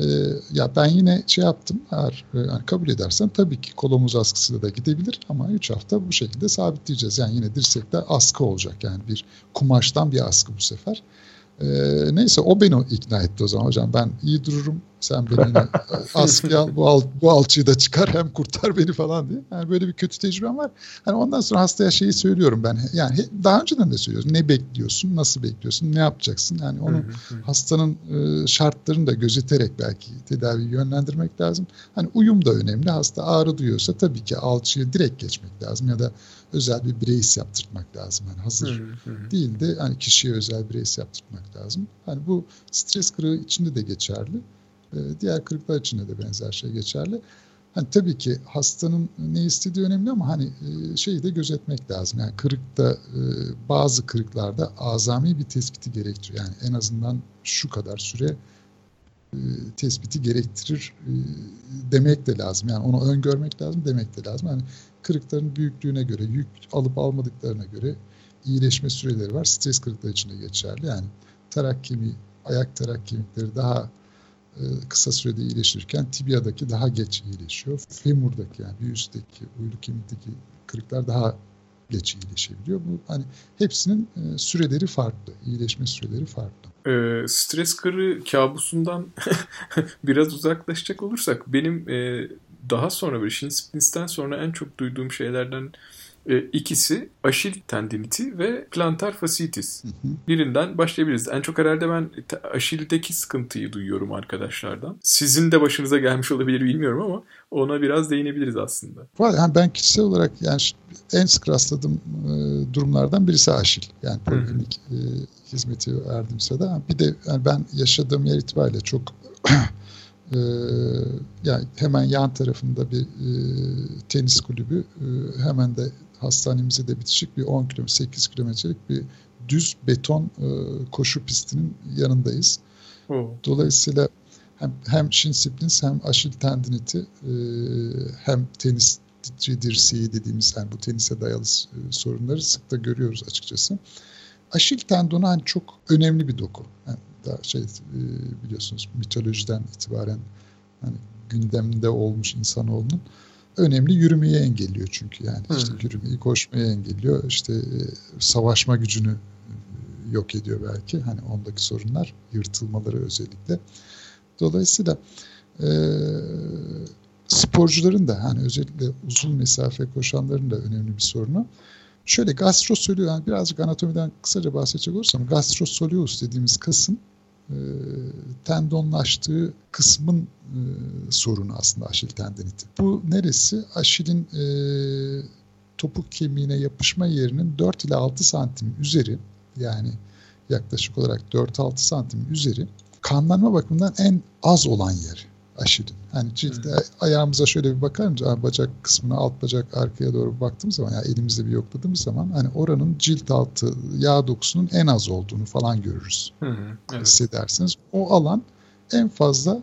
Ya ben yine şey yaptım, eğer yani kabul edersen tabii ki kol omuz askısıyla da gidebilir ama 3 hafta bu şekilde sabitleyeceğiz. Yani yine dirsekte askı olacak, yani bir kumaştan bir askı bu sefer. Neyse, o beni ikna etti o zaman. Hocam ben iyi dururum, sen beni yine askıya al, bu alçıyı da çıkar, hem kurtar beni falan diye. Yani böyle bir kötü tecrübem var. Hani ondan sonra hastaya şeyi söylüyorum ben. Yani daha önceden de söylüyoruz. Ne bekliyorsun, nasıl bekliyorsun, ne yapacaksın? Yani onu hastanın şartlarını da gözeterek belki tedaviyi yönlendirmek lazım. Hani uyum da önemli. Hasta ağrı duyuyorsa tabii ki alçıya direkt geçmek lazım ya da özel bir brace yaptırtmak lazım. Yani hazır değil de hani kişiye özel brace yaptırmak lazım. Hani bu stres kırığı içinde de geçerli. Diğer kırıklar içinde de benzer şey geçerli. Hani tabii ki hastanın ne istediği önemli ama hani şeyi de gözetmek lazım. Yani kırıkta, bazı kırıklarda azami bir tespiti gerektiriyor. Yani en azından şu kadar süre tespiti gerektirir demek de lazım. Yani onu öngörmek lazım, demek de lazım. Yani kırıkların büyüklüğüne göre, yük alıp almadıklarına göre iyileşme süreleri var. Stres kırıkları için de geçerli. Yani tarak kemiği, ayak tarak kemikleri daha kısa sürede iyileşirken tibiadaki daha geç iyileşiyor. Femurdaki, yani bir üstteki, uylu kemikteki kırıklar daha geç iyileşebiliyor. Bu hani hepsinin süreleri farklı, iyileşme süreleri farklı. Stres kırığı kabusundan biraz uzaklaşacak olursak, benim daha sonra böyle shin splints'ten sonra en çok duyduğum şeylerden ikisi aşil tendiniti ve plantar fasciitis. Birinden başlayabiliriz. En çok herhalde ben aşildeki sıkıntıyı duyuyorum arkadaşlardan. Sizin de başınıza gelmiş olabilir, bilmiyorum ama ona biraz değinebiliriz aslında. Yani ben kişisel olarak yani en sık rastladığım durumlardan birisi aşil. Yani poliklinik hizmeti verdiğim sırada. Bir de yani ben yaşadığım yer itibariyle çok yani hemen yan tarafında bir tenis kulübü, hemen de hastanemize de bitişik bir 10 kilometre, 8 kilometrelik bir düz beton koşu pistinin yanındayız. Dolayısıyla hem shin splints hem aşil tendiniti hem tenis dirseği dediğimiz, yani bu tenise dayalı sorunları sık da görüyoruz açıkçası. Aşil tendonu hani çok önemli bir doku. Yani da biliyorsunuz mitolojiden itibaren hani gündemde olmuş insanoğlunun önemli yürümeyi engelliyor çünkü yani işte yürümeyi, koşmayı engelliyor. İşte savaşma gücünü yok ediyor belki. Hani ondaki sorunlar, yırtılmaları özellikle. Dolayısıyla sporcuların da hani özellikle uzun mesafe koşanların da önemli bir sorunu. Şöyle gastrosoleus, yani birazcık anatomiden kısaca bahsedecek olursam gastrosoleus dediğimiz kasın tendonlaştığı kısmın sorunu aslında Aşil tendiniti. Bu neresi? Aşilin topuk kemiğine yapışma yerinin 4 ile 6 santim üzeri, yani yaklaşık olarak 4-6 santim üzeri kanlanma bakımından en az olan yer Aşilin. Hani ciltte ayağımıza şöyle bir bakarınca bacak kısmına, alt bacak arkaya doğru baktığımız zaman, yani elimizle bir yokladığımız zaman hani oranın cilt altı yağ dokusunun en az olduğunu falan görürüz. Evet. Hissedersiniz. O alan en fazla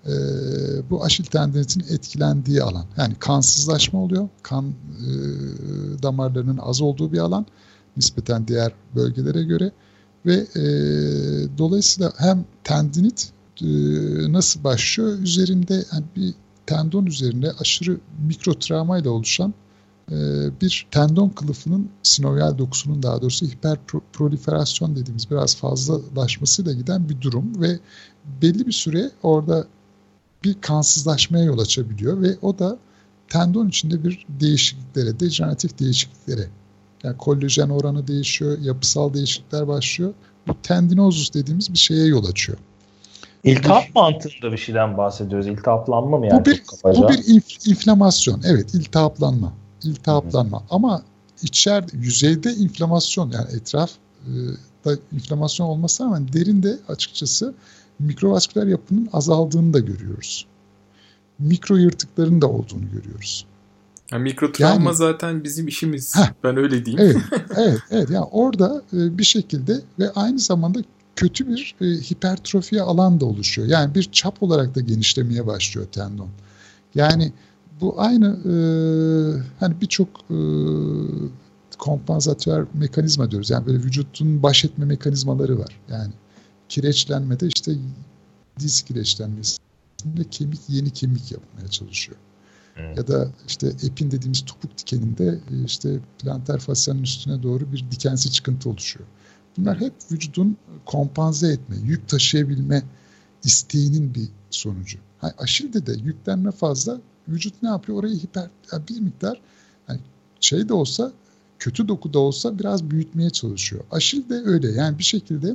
bu Aşil tendinitinin etkilendiği alan. Yani kansızlaşma oluyor. Kan damarlarının az olduğu bir alan nispeten diğer bölgelere göre ve dolayısıyla hem tendinit nasıl başlıyor? Üzerinde yani bir tendon üzerinde aşırı mikro travmayla oluşan bir tendon kılıfının, sinovial dokusunun daha doğrusu hiperproliferasyon dediğimiz biraz fazlalaşmasıyla giden bir durum ve belli bir süre orada bir kansızlaşmaya yol açabiliyor ve o da tendon içinde bir değişikliklere, dejeneratif değişikliklere, yani kollajen oranı değişiyor, yapısal değişiklikler başlıyor. Bu tendinozus dediğimiz bir şeye yol açıyor. İltihap mantığında bir şeyden bahsediyoruz. İltihaplanma mı yani? Bu bir inflamasyon. Evet, iltihaplanma. Ama yüzeyde inflamasyon, yani etrafta inflamasyon olmasına rağmen derinde açıkçası mikrovasküler yapının azaldığını da görüyoruz. Mikro yırtıkların da olduğunu görüyoruz. Yani mikrotravma zaten bizim işimiz. Ben öyle diyeyim. Evet. Yani orada bir şekilde ve aynı zamanda kötü bir hipertrofiye alan da oluşuyor. Yani bir çap olarak da genişlemeye başlıyor tendon. Yani bu aynı hani birçok kompansatör mekanizma diyoruz. Yani böyle vücudun baş etme mekanizmaları var. Yani kireçlenmede işte diz kireçlenmesinde yeni kemik yapmaya çalışıyor. Ya da işte epin dediğimiz topuk dikeninde işte planter fasyanın üstüne doğru bir dikensi çıkıntı oluşuyor. Bunlar hep vücudun kompanze etme, yük taşıyabilme isteğinin bir sonucu. Aşilde de yüklenme fazla, vücut ne yapıyor? Orayı bir miktar yani de olsa, kötü doku da olsa biraz büyütmeye çalışıyor. Aşil de öyle. Yani bir şekilde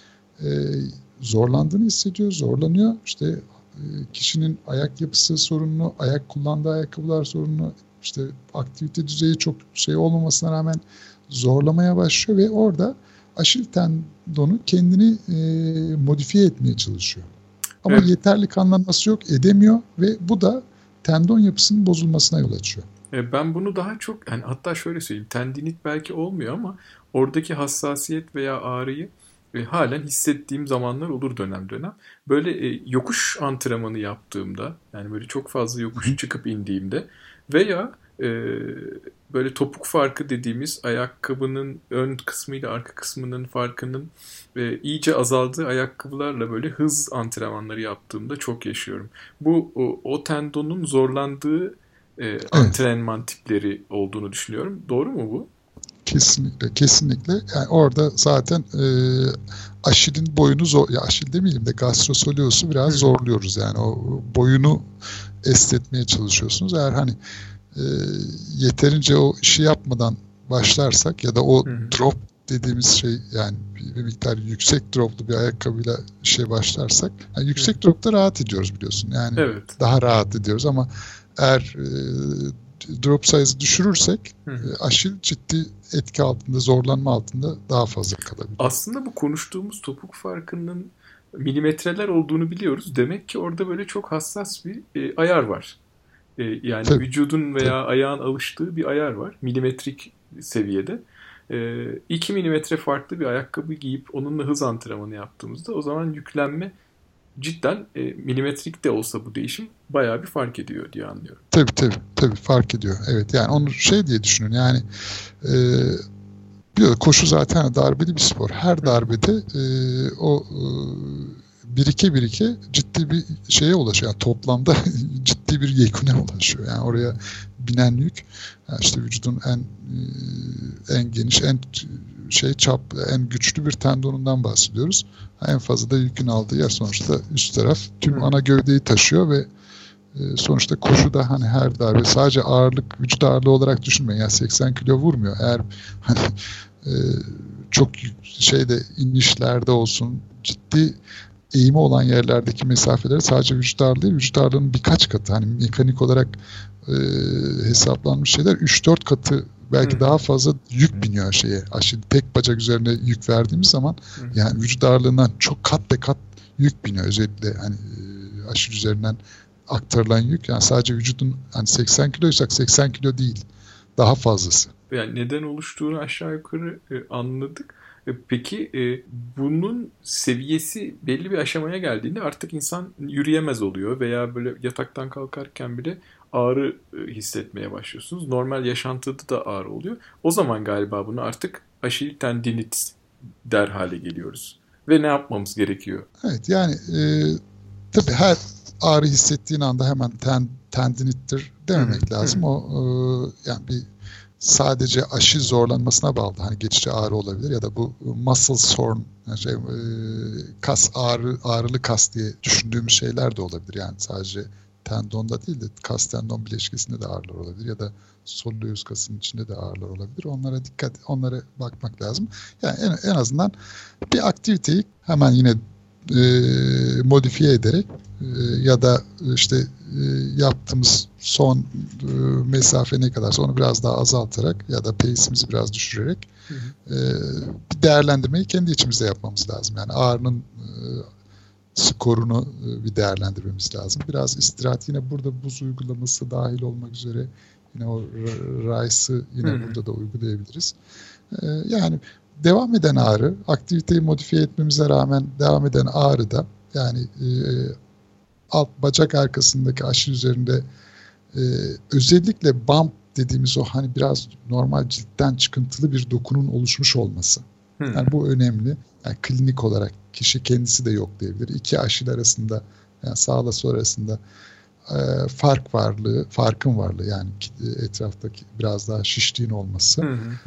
zorlandığını hissediyor, zorlanıyor. İşte kişinin ayak yapısı sorunlu, kullandığı ayakkabılar sorunlu, işte aktivite düzeyi çok olmamasına rağmen zorlamaya başlıyor ve orada Aşil tendonu kendini modifiye etmeye çalışıyor. Ama yeterli kanlanması yok, edemiyor ve bu da tendon yapısının bozulmasına yol açıyor. Ben bunu daha çok, yani hatta şöyle söyleyeyim, tendinit belki olmuyor ama oradaki hassasiyet veya ağrıyı halen hissettiğim zamanlar olur dönem dönem. Böyle yokuş antrenmanı yaptığımda, yani böyle çok fazla yokuş çıkıp indiğimde veya böyle topuk farkı dediğimiz ayakkabının ön kısmıyla arka kısmının farkının iyice azaldığı ayakkabılarla böyle hız antrenmanları yaptığımda çok yaşıyorum. Bu o tendonun zorlandığı antrenman tipleri olduğunu düşünüyorum. Doğru mu bu? Kesinlikle. Yani orada zaten Aşil'in boyunu Aşil demeyelim de gastrosoleus'u biraz zorluyoruz. Yani o boyunu esnetmeye çalışıyorsunuz. Eğer hani yeterince o işi yapmadan başlarsak ya da o drop dediğimiz yani bir miktar yüksek droplu bir ayakkabıyla başlarsak, yani yüksek dropta rahat ediyoruz biliyorsun. Yani daha rahat ediyoruz ama eğer drop sayısı düşürürsek Aşil ciddi etki altında, zorlanma altında daha fazla kalabilir. Aslında bu konuştuğumuz topuk farkının milimetreler olduğunu biliyoruz. Demek ki orada böyle çok hassas bir ayar var. Yani vücudun veya ayağın alıştığı bir ayar var. Milimetrik seviyede. 2 milimetre farklı bir ayakkabı giyip onunla hız antrenmanı yaptığımızda o zaman yüklenme cidden milimetrik de olsa bu değişim bayağı bir fark ediyor diye anlıyorum. Tabii fark ediyor. Evet, yani onu diye düşünün, yani Koşu zaten darbeli bir spor. Her darbede birike ciddi bir şeye ulaşıyor. Yani toplamda ciddi bir yeküne ulaşıyor. Yani oraya binen yük, yani işte vücudun en geniş, en güçlü bir tendonundan bahsediyoruz. En fazla da yükün aldığı yer sonuçta üst taraf. Tüm ana gövdeyi taşıyor ve sonuçta koşuda hani her darbe sadece vücut ağırlığı olarak düşünmeyin. Yani 80 kilo vurmuyor. Eğer hani çok inişlerde olsun, ciddi eğimi olan yerlerdeki mesafeleri sadece vücut ağırlığı değil, vücut ağırlığının birkaç katı, hani mekanik olarak hesaplanmış şeyler 3-4 katı belki daha fazla yük biniyor şeye. Tek bacak üzerine yük verdiğimiz zaman yani vücut ağırlığından çok kat be kat yük biniyor. Özellikle hani aşil üzerinden aktarılan yük. Yani sadece vücudun hani 80 kiloysak 80 kilo değil. Daha fazlası. Yani neden oluştuğunu aşağı yukarı anladık. Peki bunun seviyesi belli bir aşamaya geldiğinde artık insan yürüyemez oluyor veya böyle yataktan kalkarken bile ağrı hissetmeye başlıyorsunuz. Normal yaşantıda da ağrı oluyor. O zaman galiba bunu artık aşil tendinit der hale geliyoruz. Ve ne yapmamız gerekiyor? Evet, yani tabii her ağrı hissettiğin anda hemen tendinittir dememek lazım. O yani bir sadece aşil zorlanmasına bağlı. Hani geçici ağrı olabilir ya da bu muscle sore, kas ağrılı kas diye düşündüğümüz şeyler de olabilir. Yani sadece tendonda değil de kas tendon bileşkesinde de ağrılar olabilir ya da soleus kasının içinde de ağrılar olabilir. Onlara bakmak lazım. Yani en azından bir aktiviteyi hemen yine modifiye ederek ya da işte yaptığımız son mesafe ne kadarsa onu biraz daha azaltarak ya da pace'imizi biraz düşürerek bir değerlendirmeyi kendi içimizde yapmamız lazım. Yani ağrının skorunu bir değerlendirmemiz lazım. Biraz istirahat, yine burada buz uygulaması dahil olmak üzere yine o RICE'ı yine burada da uygulayabiliriz. Yani devam eden ağrı, aktiviteyi modifiye etmemize rağmen devam eden ağrı da yani alt bacak arkasındaki aşil üzerinde özellikle bump dediğimiz o hani biraz normal ciltten çıkıntılı bir dokunun oluşmuş olması. Yani bu önemli. Yani klinik olarak kişi kendisi de yoklayabilir. İki aşil arasında, yani sağla sol arasında farkın varlığı, yani etraftaki biraz daha şiştiğin olması.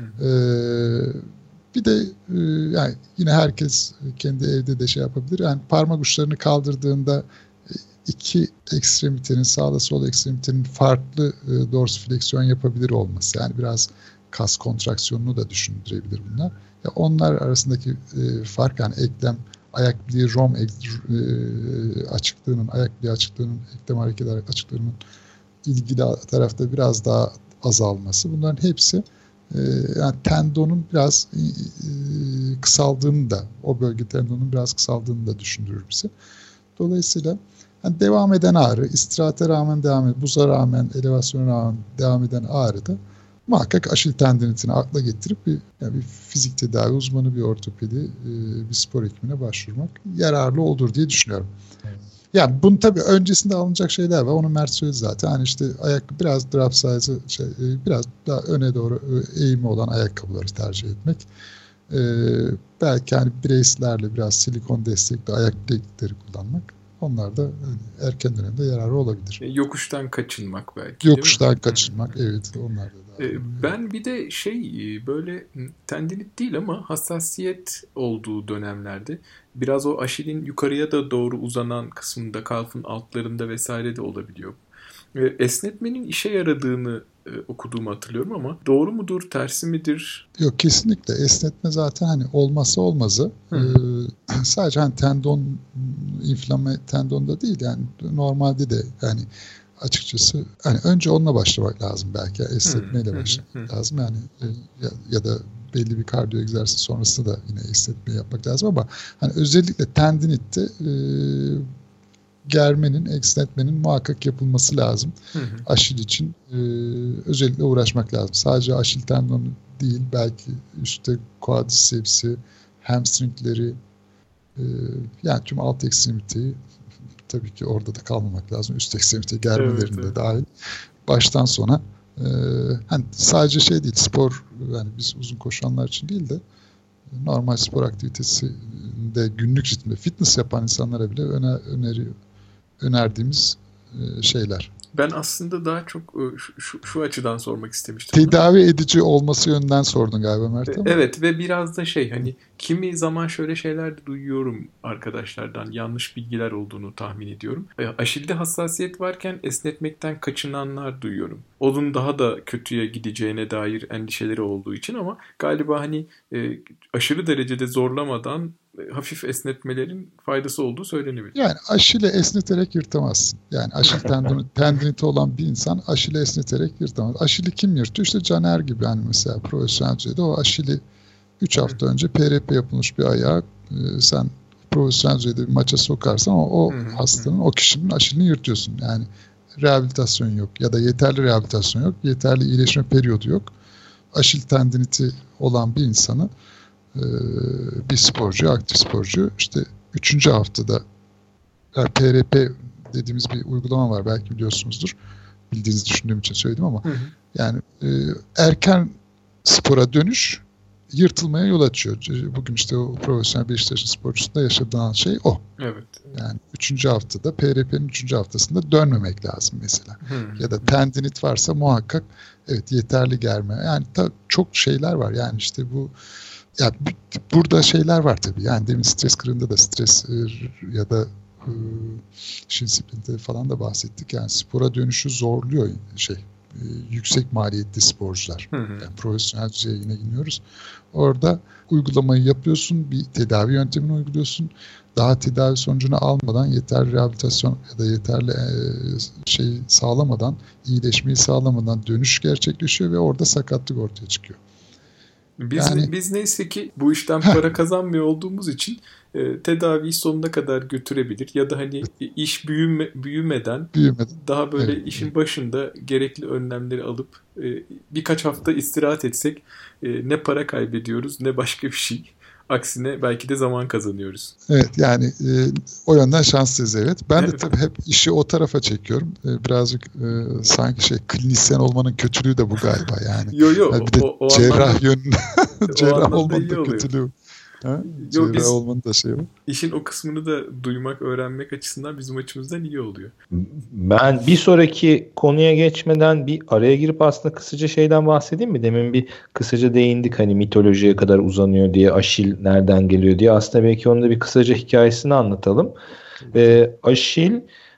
Bir de yani yine herkes kendi evde de şey yapabilir. Yani parmak uçlarını kaldırdığında iki ekstremitenin, sağla sol ekstremitenin farklı dorsifleksiyon yapabilir olması. Yani biraz kas kontraksiyonunu da düşündürebilir bunlar. Ya onlar arasındaki fark, yani eklem, ayak bileği rom açıklığının, ayak bileği açıklığının, eklem hareket açıklığının ilgili tarafta biraz daha azalması. Bunların hepsi yani tendonun biraz kısaldığını da, o bölge tendonun biraz kısaldığını da düşündürür bize. Dolayısıyla yani devam eden ağrı, istirahate rağmen buza rağmen, elevasyona rağmen devam eden ağrı da muhakkak aşil tendinitini akla getirip bir fizik tedavi uzmanı, bir ortopedi, bir spor hekimine başvurmak yararlı olur diye düşünüyorum. Evet. Yani bunun tabii öncesinde alınacak şeyler var. Onu Mert söyledi zaten. Hani işte biraz drop size'ı biraz daha öne doğru eğimi olan ayakkabıları tercih etmek. Belki hani brace'lerle biraz silikon destekli ayak bileklikleri kullanmak. Onlar da erken dönemde yararı olabilir. Yokuştan kaçınmak belki. Yokuştan kaçınmak, evet, onlar da. Ben bir de böyle tendinit değil ama hassasiyet olduğu dönemlerde biraz o aşilin yukarıya da doğru uzanan kısmında, kalfın altlarında vesaire de olabiliyor. Esnetmenin işe yaradığını okuduğumu hatırlıyorum ama doğru mudur, tersi midir? Yok, kesinlikle esnetme zaten hani olmazsa olmazı. Sadece hani inflame tendonda değil, yani normalde de yani açıkçası hani önce onunla başlamak lazım, belki esnetmeyle başlamak lazım yani ya da belli bir kardiyo egzersiz sonrasında da yine esnetme yapmak lazım ama hani özellikle tendinitte germenin, esnetmenin muhakkak yapılması lazım. Aşil için özellikle uğraşmak lazım. Sadece aşil tendonu değil, belki üstte quadriceps'i, hamstringleri, yani tüm alt ekstremiteyi, tabii ki orada da kalmamak lazım. Üst ekstremite germelerinde dahil. Baştan sona Hani sadece şey değil, spor, yani biz uzun koşanlar için değil de normal spor aktivitesinde günlük ritmde fitness yapan insanlara bile önerdiğimiz şeyler. Ben aslında daha çok şu açıdan sormak istemiştim. Tedavi edici olması yönünden sordun galiba Mert ama. Evet ve biraz da hani kimi zaman şöyle şeyler de duyuyorum arkadaşlardan, yanlış bilgiler olduğunu tahmin ediyorum. Aşilde hassasiyet varken esnetmekten kaçınanlar duyuyorum. Onun daha da kötüye gideceğine dair endişeleri olduğu için ama galiba aşırı derecede zorlamadan hafif esnetmelerin faydası olduğu söylenebilir. Yani aşile esneterek yırtamazsın. Yani aşil tendiniti olan bir insan aşile esneterek yırtamaz. Aşili kim yırtıyor? İşte Caner gibi, yani mesela profesyonel düzeyde o aşili 3 hafta önce PRP yapılmış bir ayağı sen profesyonel düzeyde bir maça sokarsan o hastanın, o kişinin aşilini yırtıyorsun. Yani rehabilitasyon yok ya da yeterli rehabilitasyon yok, yeterli iyileşme periyodu yok. Aşil tendiniti olan bir insanı, bir sporcu, aktif sporcu işte 3. haftada PRP dediğimiz bir uygulama var, belki biliyorsunuzdur. Bildiğinizi düşündüğüm için söyledim ama yani erken spora dönüş yırtılmaya yol açıyor. Bugün işte o profesyonel Beşiktaş'ın sporcusunda yaşanan şey o. Evet. Yani 3. haftada, PRP'nin 3. haftasında dönmemek lazım mesela. Ya da tendinit varsa muhakkak yeterli germe. Yani çok şeyler var. Yani işte bu, ya burada şeyler var tabii. Yani demin stres kırığında da stres ya da Shin Splint'te falan da bahsettik. Yani spora dönüşü zorluyor yüksek maliyetli sporcular. Yani profesyonel düzeye yine iniyoruz. Orada uygulamayı yapıyorsun, bir tedavi yöntemini uyguluyorsun. Daha tedavi sonucunu almadan, yeterli rehabilitasyon ya da yeterli sağlamadan, iyileşmeyi sağlamadan dönüş gerçekleşiyor ve orada sakatlık ortaya çıkıyor. Biz neyse ki bu işten para kazanmıyor olduğumuz için tedaviyi sonuna kadar götürebilir ya da iş büyümeden daha böyle işin başında gerekli önlemleri alıp birkaç hafta istirahat etsek ne para kaybediyoruz ne başka bir şey. Aksine belki de zaman kazanıyoruz. Evet, yani o yönden şanslıyız, evet. Ben de tabii hep işi o tarafa çekiyorum. Birazcık sanki klinisyen olmanın kötülüğü de bu galiba yani. Yo, bir de o cerrah yönünde cerrah olmanın iyi da oluyor. kötülüğü. Cerrah olmanın da şeyi var. İşin o kısmını da duymak, öğrenmek açısından bizim açımızdan iyi oluyor. Ben bir sonraki konuya geçmeden bir araya girip aslında kısaca şeyden bahsedeyim mi? Demin bir kısaca değindik, mitolojiye kadar uzanıyor diye, Aşil nereden geliyor diye. Aslında belki onun da bir kısaca hikayesini anlatalım. Aşil,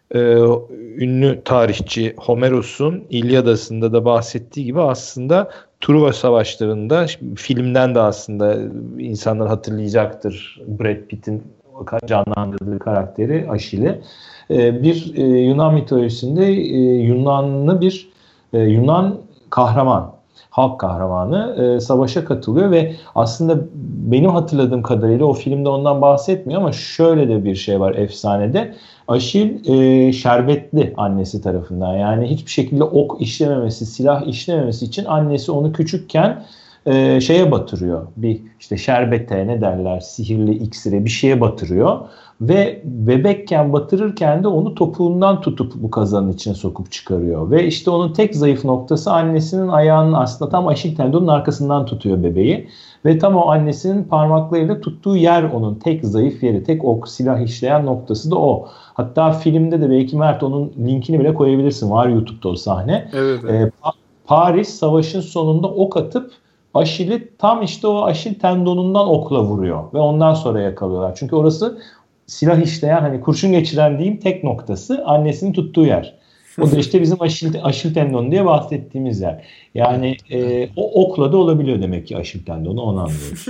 ünlü tarihçi Homeros'un İlyadası'nda da bahsettiği gibi aslında Truva Savaşları'nda, filmden de aslında insanlar hatırlayacaktır, Brad Pitt'in canlandırdığı karakteri Aşil'i. Bir Yunan mitolojisinde Yunanlı bir Yunan kahraman, halk kahramanı savaşa katılıyor ve aslında benim hatırladığım kadarıyla o filmde ondan bahsetmiyor ama şöyle de bir şey var efsanede. Aşil şerbetli annesi tarafından, yani hiçbir şekilde ok işlememesi, silah işlememesi için annesi onu küçükken şeye batırıyor. Bir şerbete, ne derler, sihirli iksire bir şeye batırıyor ve bebekken batırırken de onu topuğundan tutup bu kazanın içine sokup çıkarıyor ve onun tek zayıf noktası annesinin ayağının, aslında tam Aşil tendonunun arkasından tutuyor bebeği ve tam o annesinin parmaklarıyla tuttuğu yer onun tek zayıf yeri, tek ok silah işleyen noktası da o. Hatta filmde de belki Mert onun linkini bile koyabilirsin, var YouTube'da o sahne. Evet. Paris savaşın sonunda ok atıp Aşil'i tam o Aşil tendonundan okla vuruyor ve ondan sonra yakalıyorlar. Çünkü orası silah işleyen, kurşun geçiren diyeyim, tek noktası, annesinin tuttuğu yer. O da bizim Aşil tendonu diye bahsettiğimiz yer. Yani o okla da olabiliyor demek ki Aşil tendonu, onu anlıyoruz.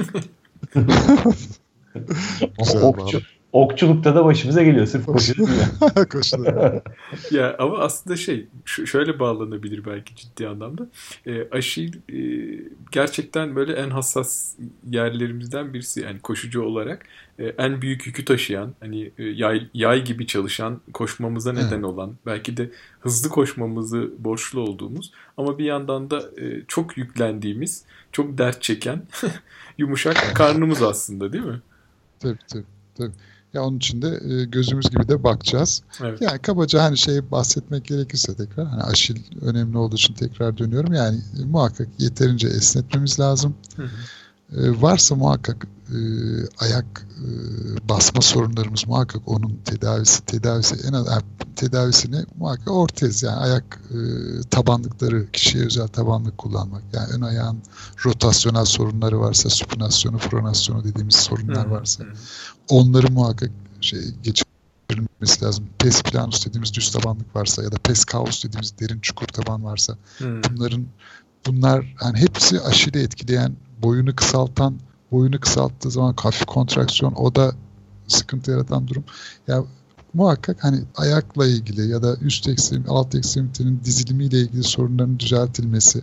Okçulukta da başımıza geliyor, sırf koşuyor. Ya ama aslında şöyle bağlanabilir belki ciddi anlamda. Aşil gerçekten böyle en hassas yerlerimizden birisi, yani koşucu olarak en büyük yükü taşıyan, yay gibi çalışan, koşmamıza neden olan, belki de hızlı koşmamızı borçlu olduğumuz ama bir yandan da çok yüklendiğimiz, çok dert çeken yumuşak karnımız aslında, değil mi? Tabii. Ya onun için de gözümüz gibi de bakacağız. Evet. Yani kabaca hani bahsetmek gerekirse tekrar hani aşil önemli olduğu için tekrar dönüyorum. Yani muhakkak yeterince esnetmemiz lazım. Hı hı. Varsa muhakkak ayak basma sorunlarımız muhakkak onun tedavisi en az tedavisini muhakkak ortez yani ayak tabanlıkları kişiye özel tabanlık kullanmak yani ön ayağın rotasyonel sorunları varsa supinasyonu pronasyonu dediğimiz sorunlar varsa onları muhakkak geçirilmesi lazım. Pes planus dediğimiz düz tabanlık varsa ya da pes kaus dediğimiz derin çukur taban varsa bunlar yani hepsi aşile etkileyen boyunu kısalttığı zaman hafif kontraksiyon o da sıkıntı yaratan durum. Ya muhakkak hani ayakla ilgili ya da üst ekstrem, alt ekstremitenin dizilimiyle ilgili sorunların düzeltilmesi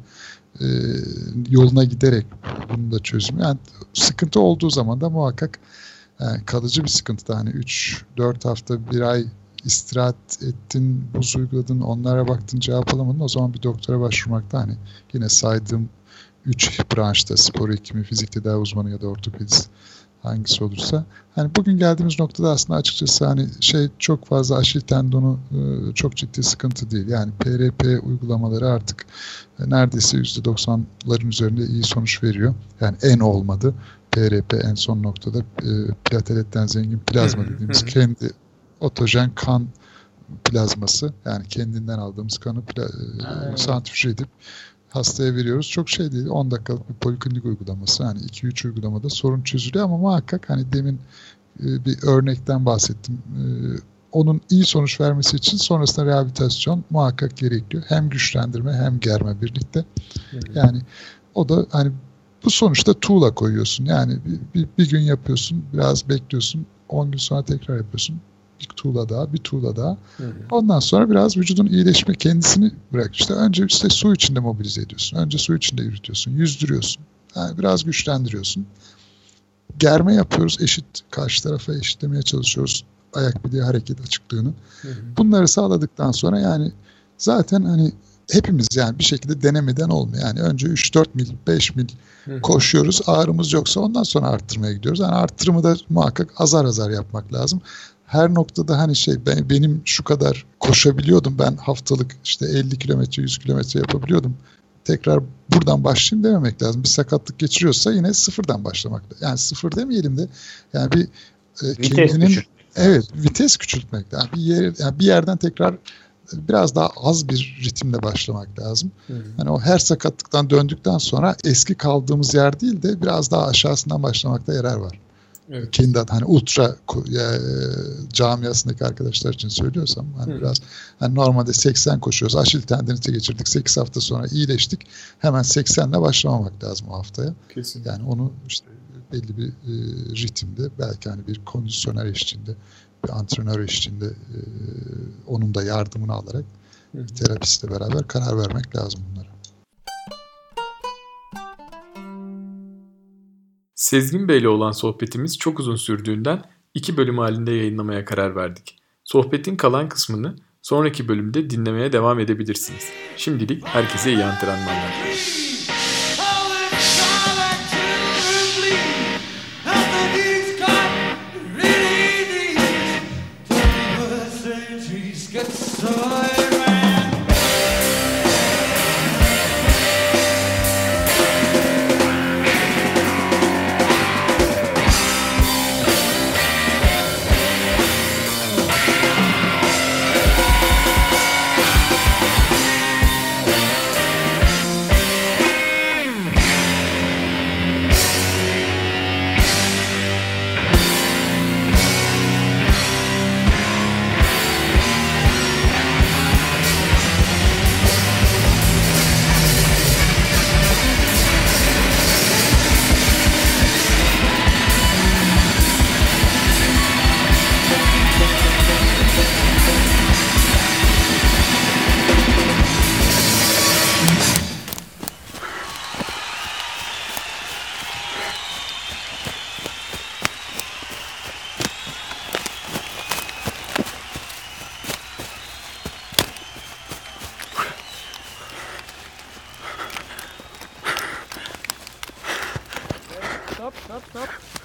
yoluna giderek bunun da çözümü. Yani sıkıntı olduğu zaman da muhakkak yani kalıcı bir sıkıntı da hani 3-4 hafta 1 ay istirahat ettin, buz uyguladın, onlara baktın cevap alamadın o zaman bir doktora başvurmakta hani yine saydığım 3 branşta spor hekimi, fizik tedavi uzmanı ya da ortopedist hangisi olursa. Hani bugün geldiğimiz noktada aslında açıkçası hani çok fazla aşil tendonu çok ciddi sıkıntı değil. Yani PRP uygulamaları artık neredeyse %90'ların üzerinde iyi sonuç veriyor. Yani en olmadı. PRP en son noktada plateletten zengin plazma dediğimiz kendi otojen kan plazması yani kendinden aldığımız kanı santrifüje edip hastaya veriyoruz. Çok değil. 10 dakikalık bir poliklinik uygulaması. Hani 2-3 uygulamada sorun çözülüyor ama muhakkak hani demin bir örnekten bahsettim. Onun iyi sonuç vermesi için sonrasında rehabilitasyon muhakkak gerekiyor. Hem güçlendirme hem germe birlikte. Yani o da hani bu sonuçta tuğla koyuyorsun. Yani bir gün yapıyorsun, biraz bekliyorsun, 10 gün sonra tekrar yapıyorsun. Bir tuğla daha. Ondan sonra biraz vücudun iyileşme kendisini bırak. İşte önce su içinde mobilize ediyorsun. Önce su içinde yürütüyorsun. Yüzdürüyorsun. Yani biraz güçlendiriyorsun. Germe yapıyoruz. Karşı tarafa eşitlemeye çalışıyoruz. Ayak bileği hareket açıklığını. Bunları sağladıktan sonra yani zaten hani hepimiz yani bir şekilde denemeden olmuyor. Yani önce 3-4 mil, 5 mil koşuyoruz. Ağrımız yoksa ondan sonra arttırmaya gidiyoruz. Yani arttırımı da muhakkak azar azar yapmak lazım. Her noktada hani benim şu kadar koşabiliyordum ben haftalık 50 kilometre 100 kilometre yapabiliyordum. Tekrar buradan başlayayım dememek lazım. Bir sakatlık geçiriyorsa yine sıfırdan başlamak lazım. Yani sıfır demeyelim de yani bir vites küçültmek lazım. Bir yerden tekrar biraz daha az bir ritimle başlamak lazım. Hani o her sakatlıktan döndükten sonra eski kaldığımız yer değil de biraz daha aşağısından başlamakta yarar var. Evet. Kendi hani ultra camiasındaki arkadaşlar için söylüyorsam hani biraz hani normalde 80 koşuyoruz. Aşil tendinite geçirdik. 8 hafta sonra iyileştik. Hemen 80'le başlamamak lazım o haftaya. Kesinlikle. Yani onu belli bir ritimde belki hani bir kondisyoner eşliğinde bir antrenör eşliğinde onun da yardımını alarak terapistle beraber karar vermek lazım bunlara. Sezgin Bey'le olan sohbetimiz çok uzun sürdüğünden 2 bölüm halinde yayınlamaya karar verdik. Sohbetin kalan kısmını sonraki bölümde dinlemeye devam edebilirsiniz. Şimdilik herkese iyi antrenmanlar.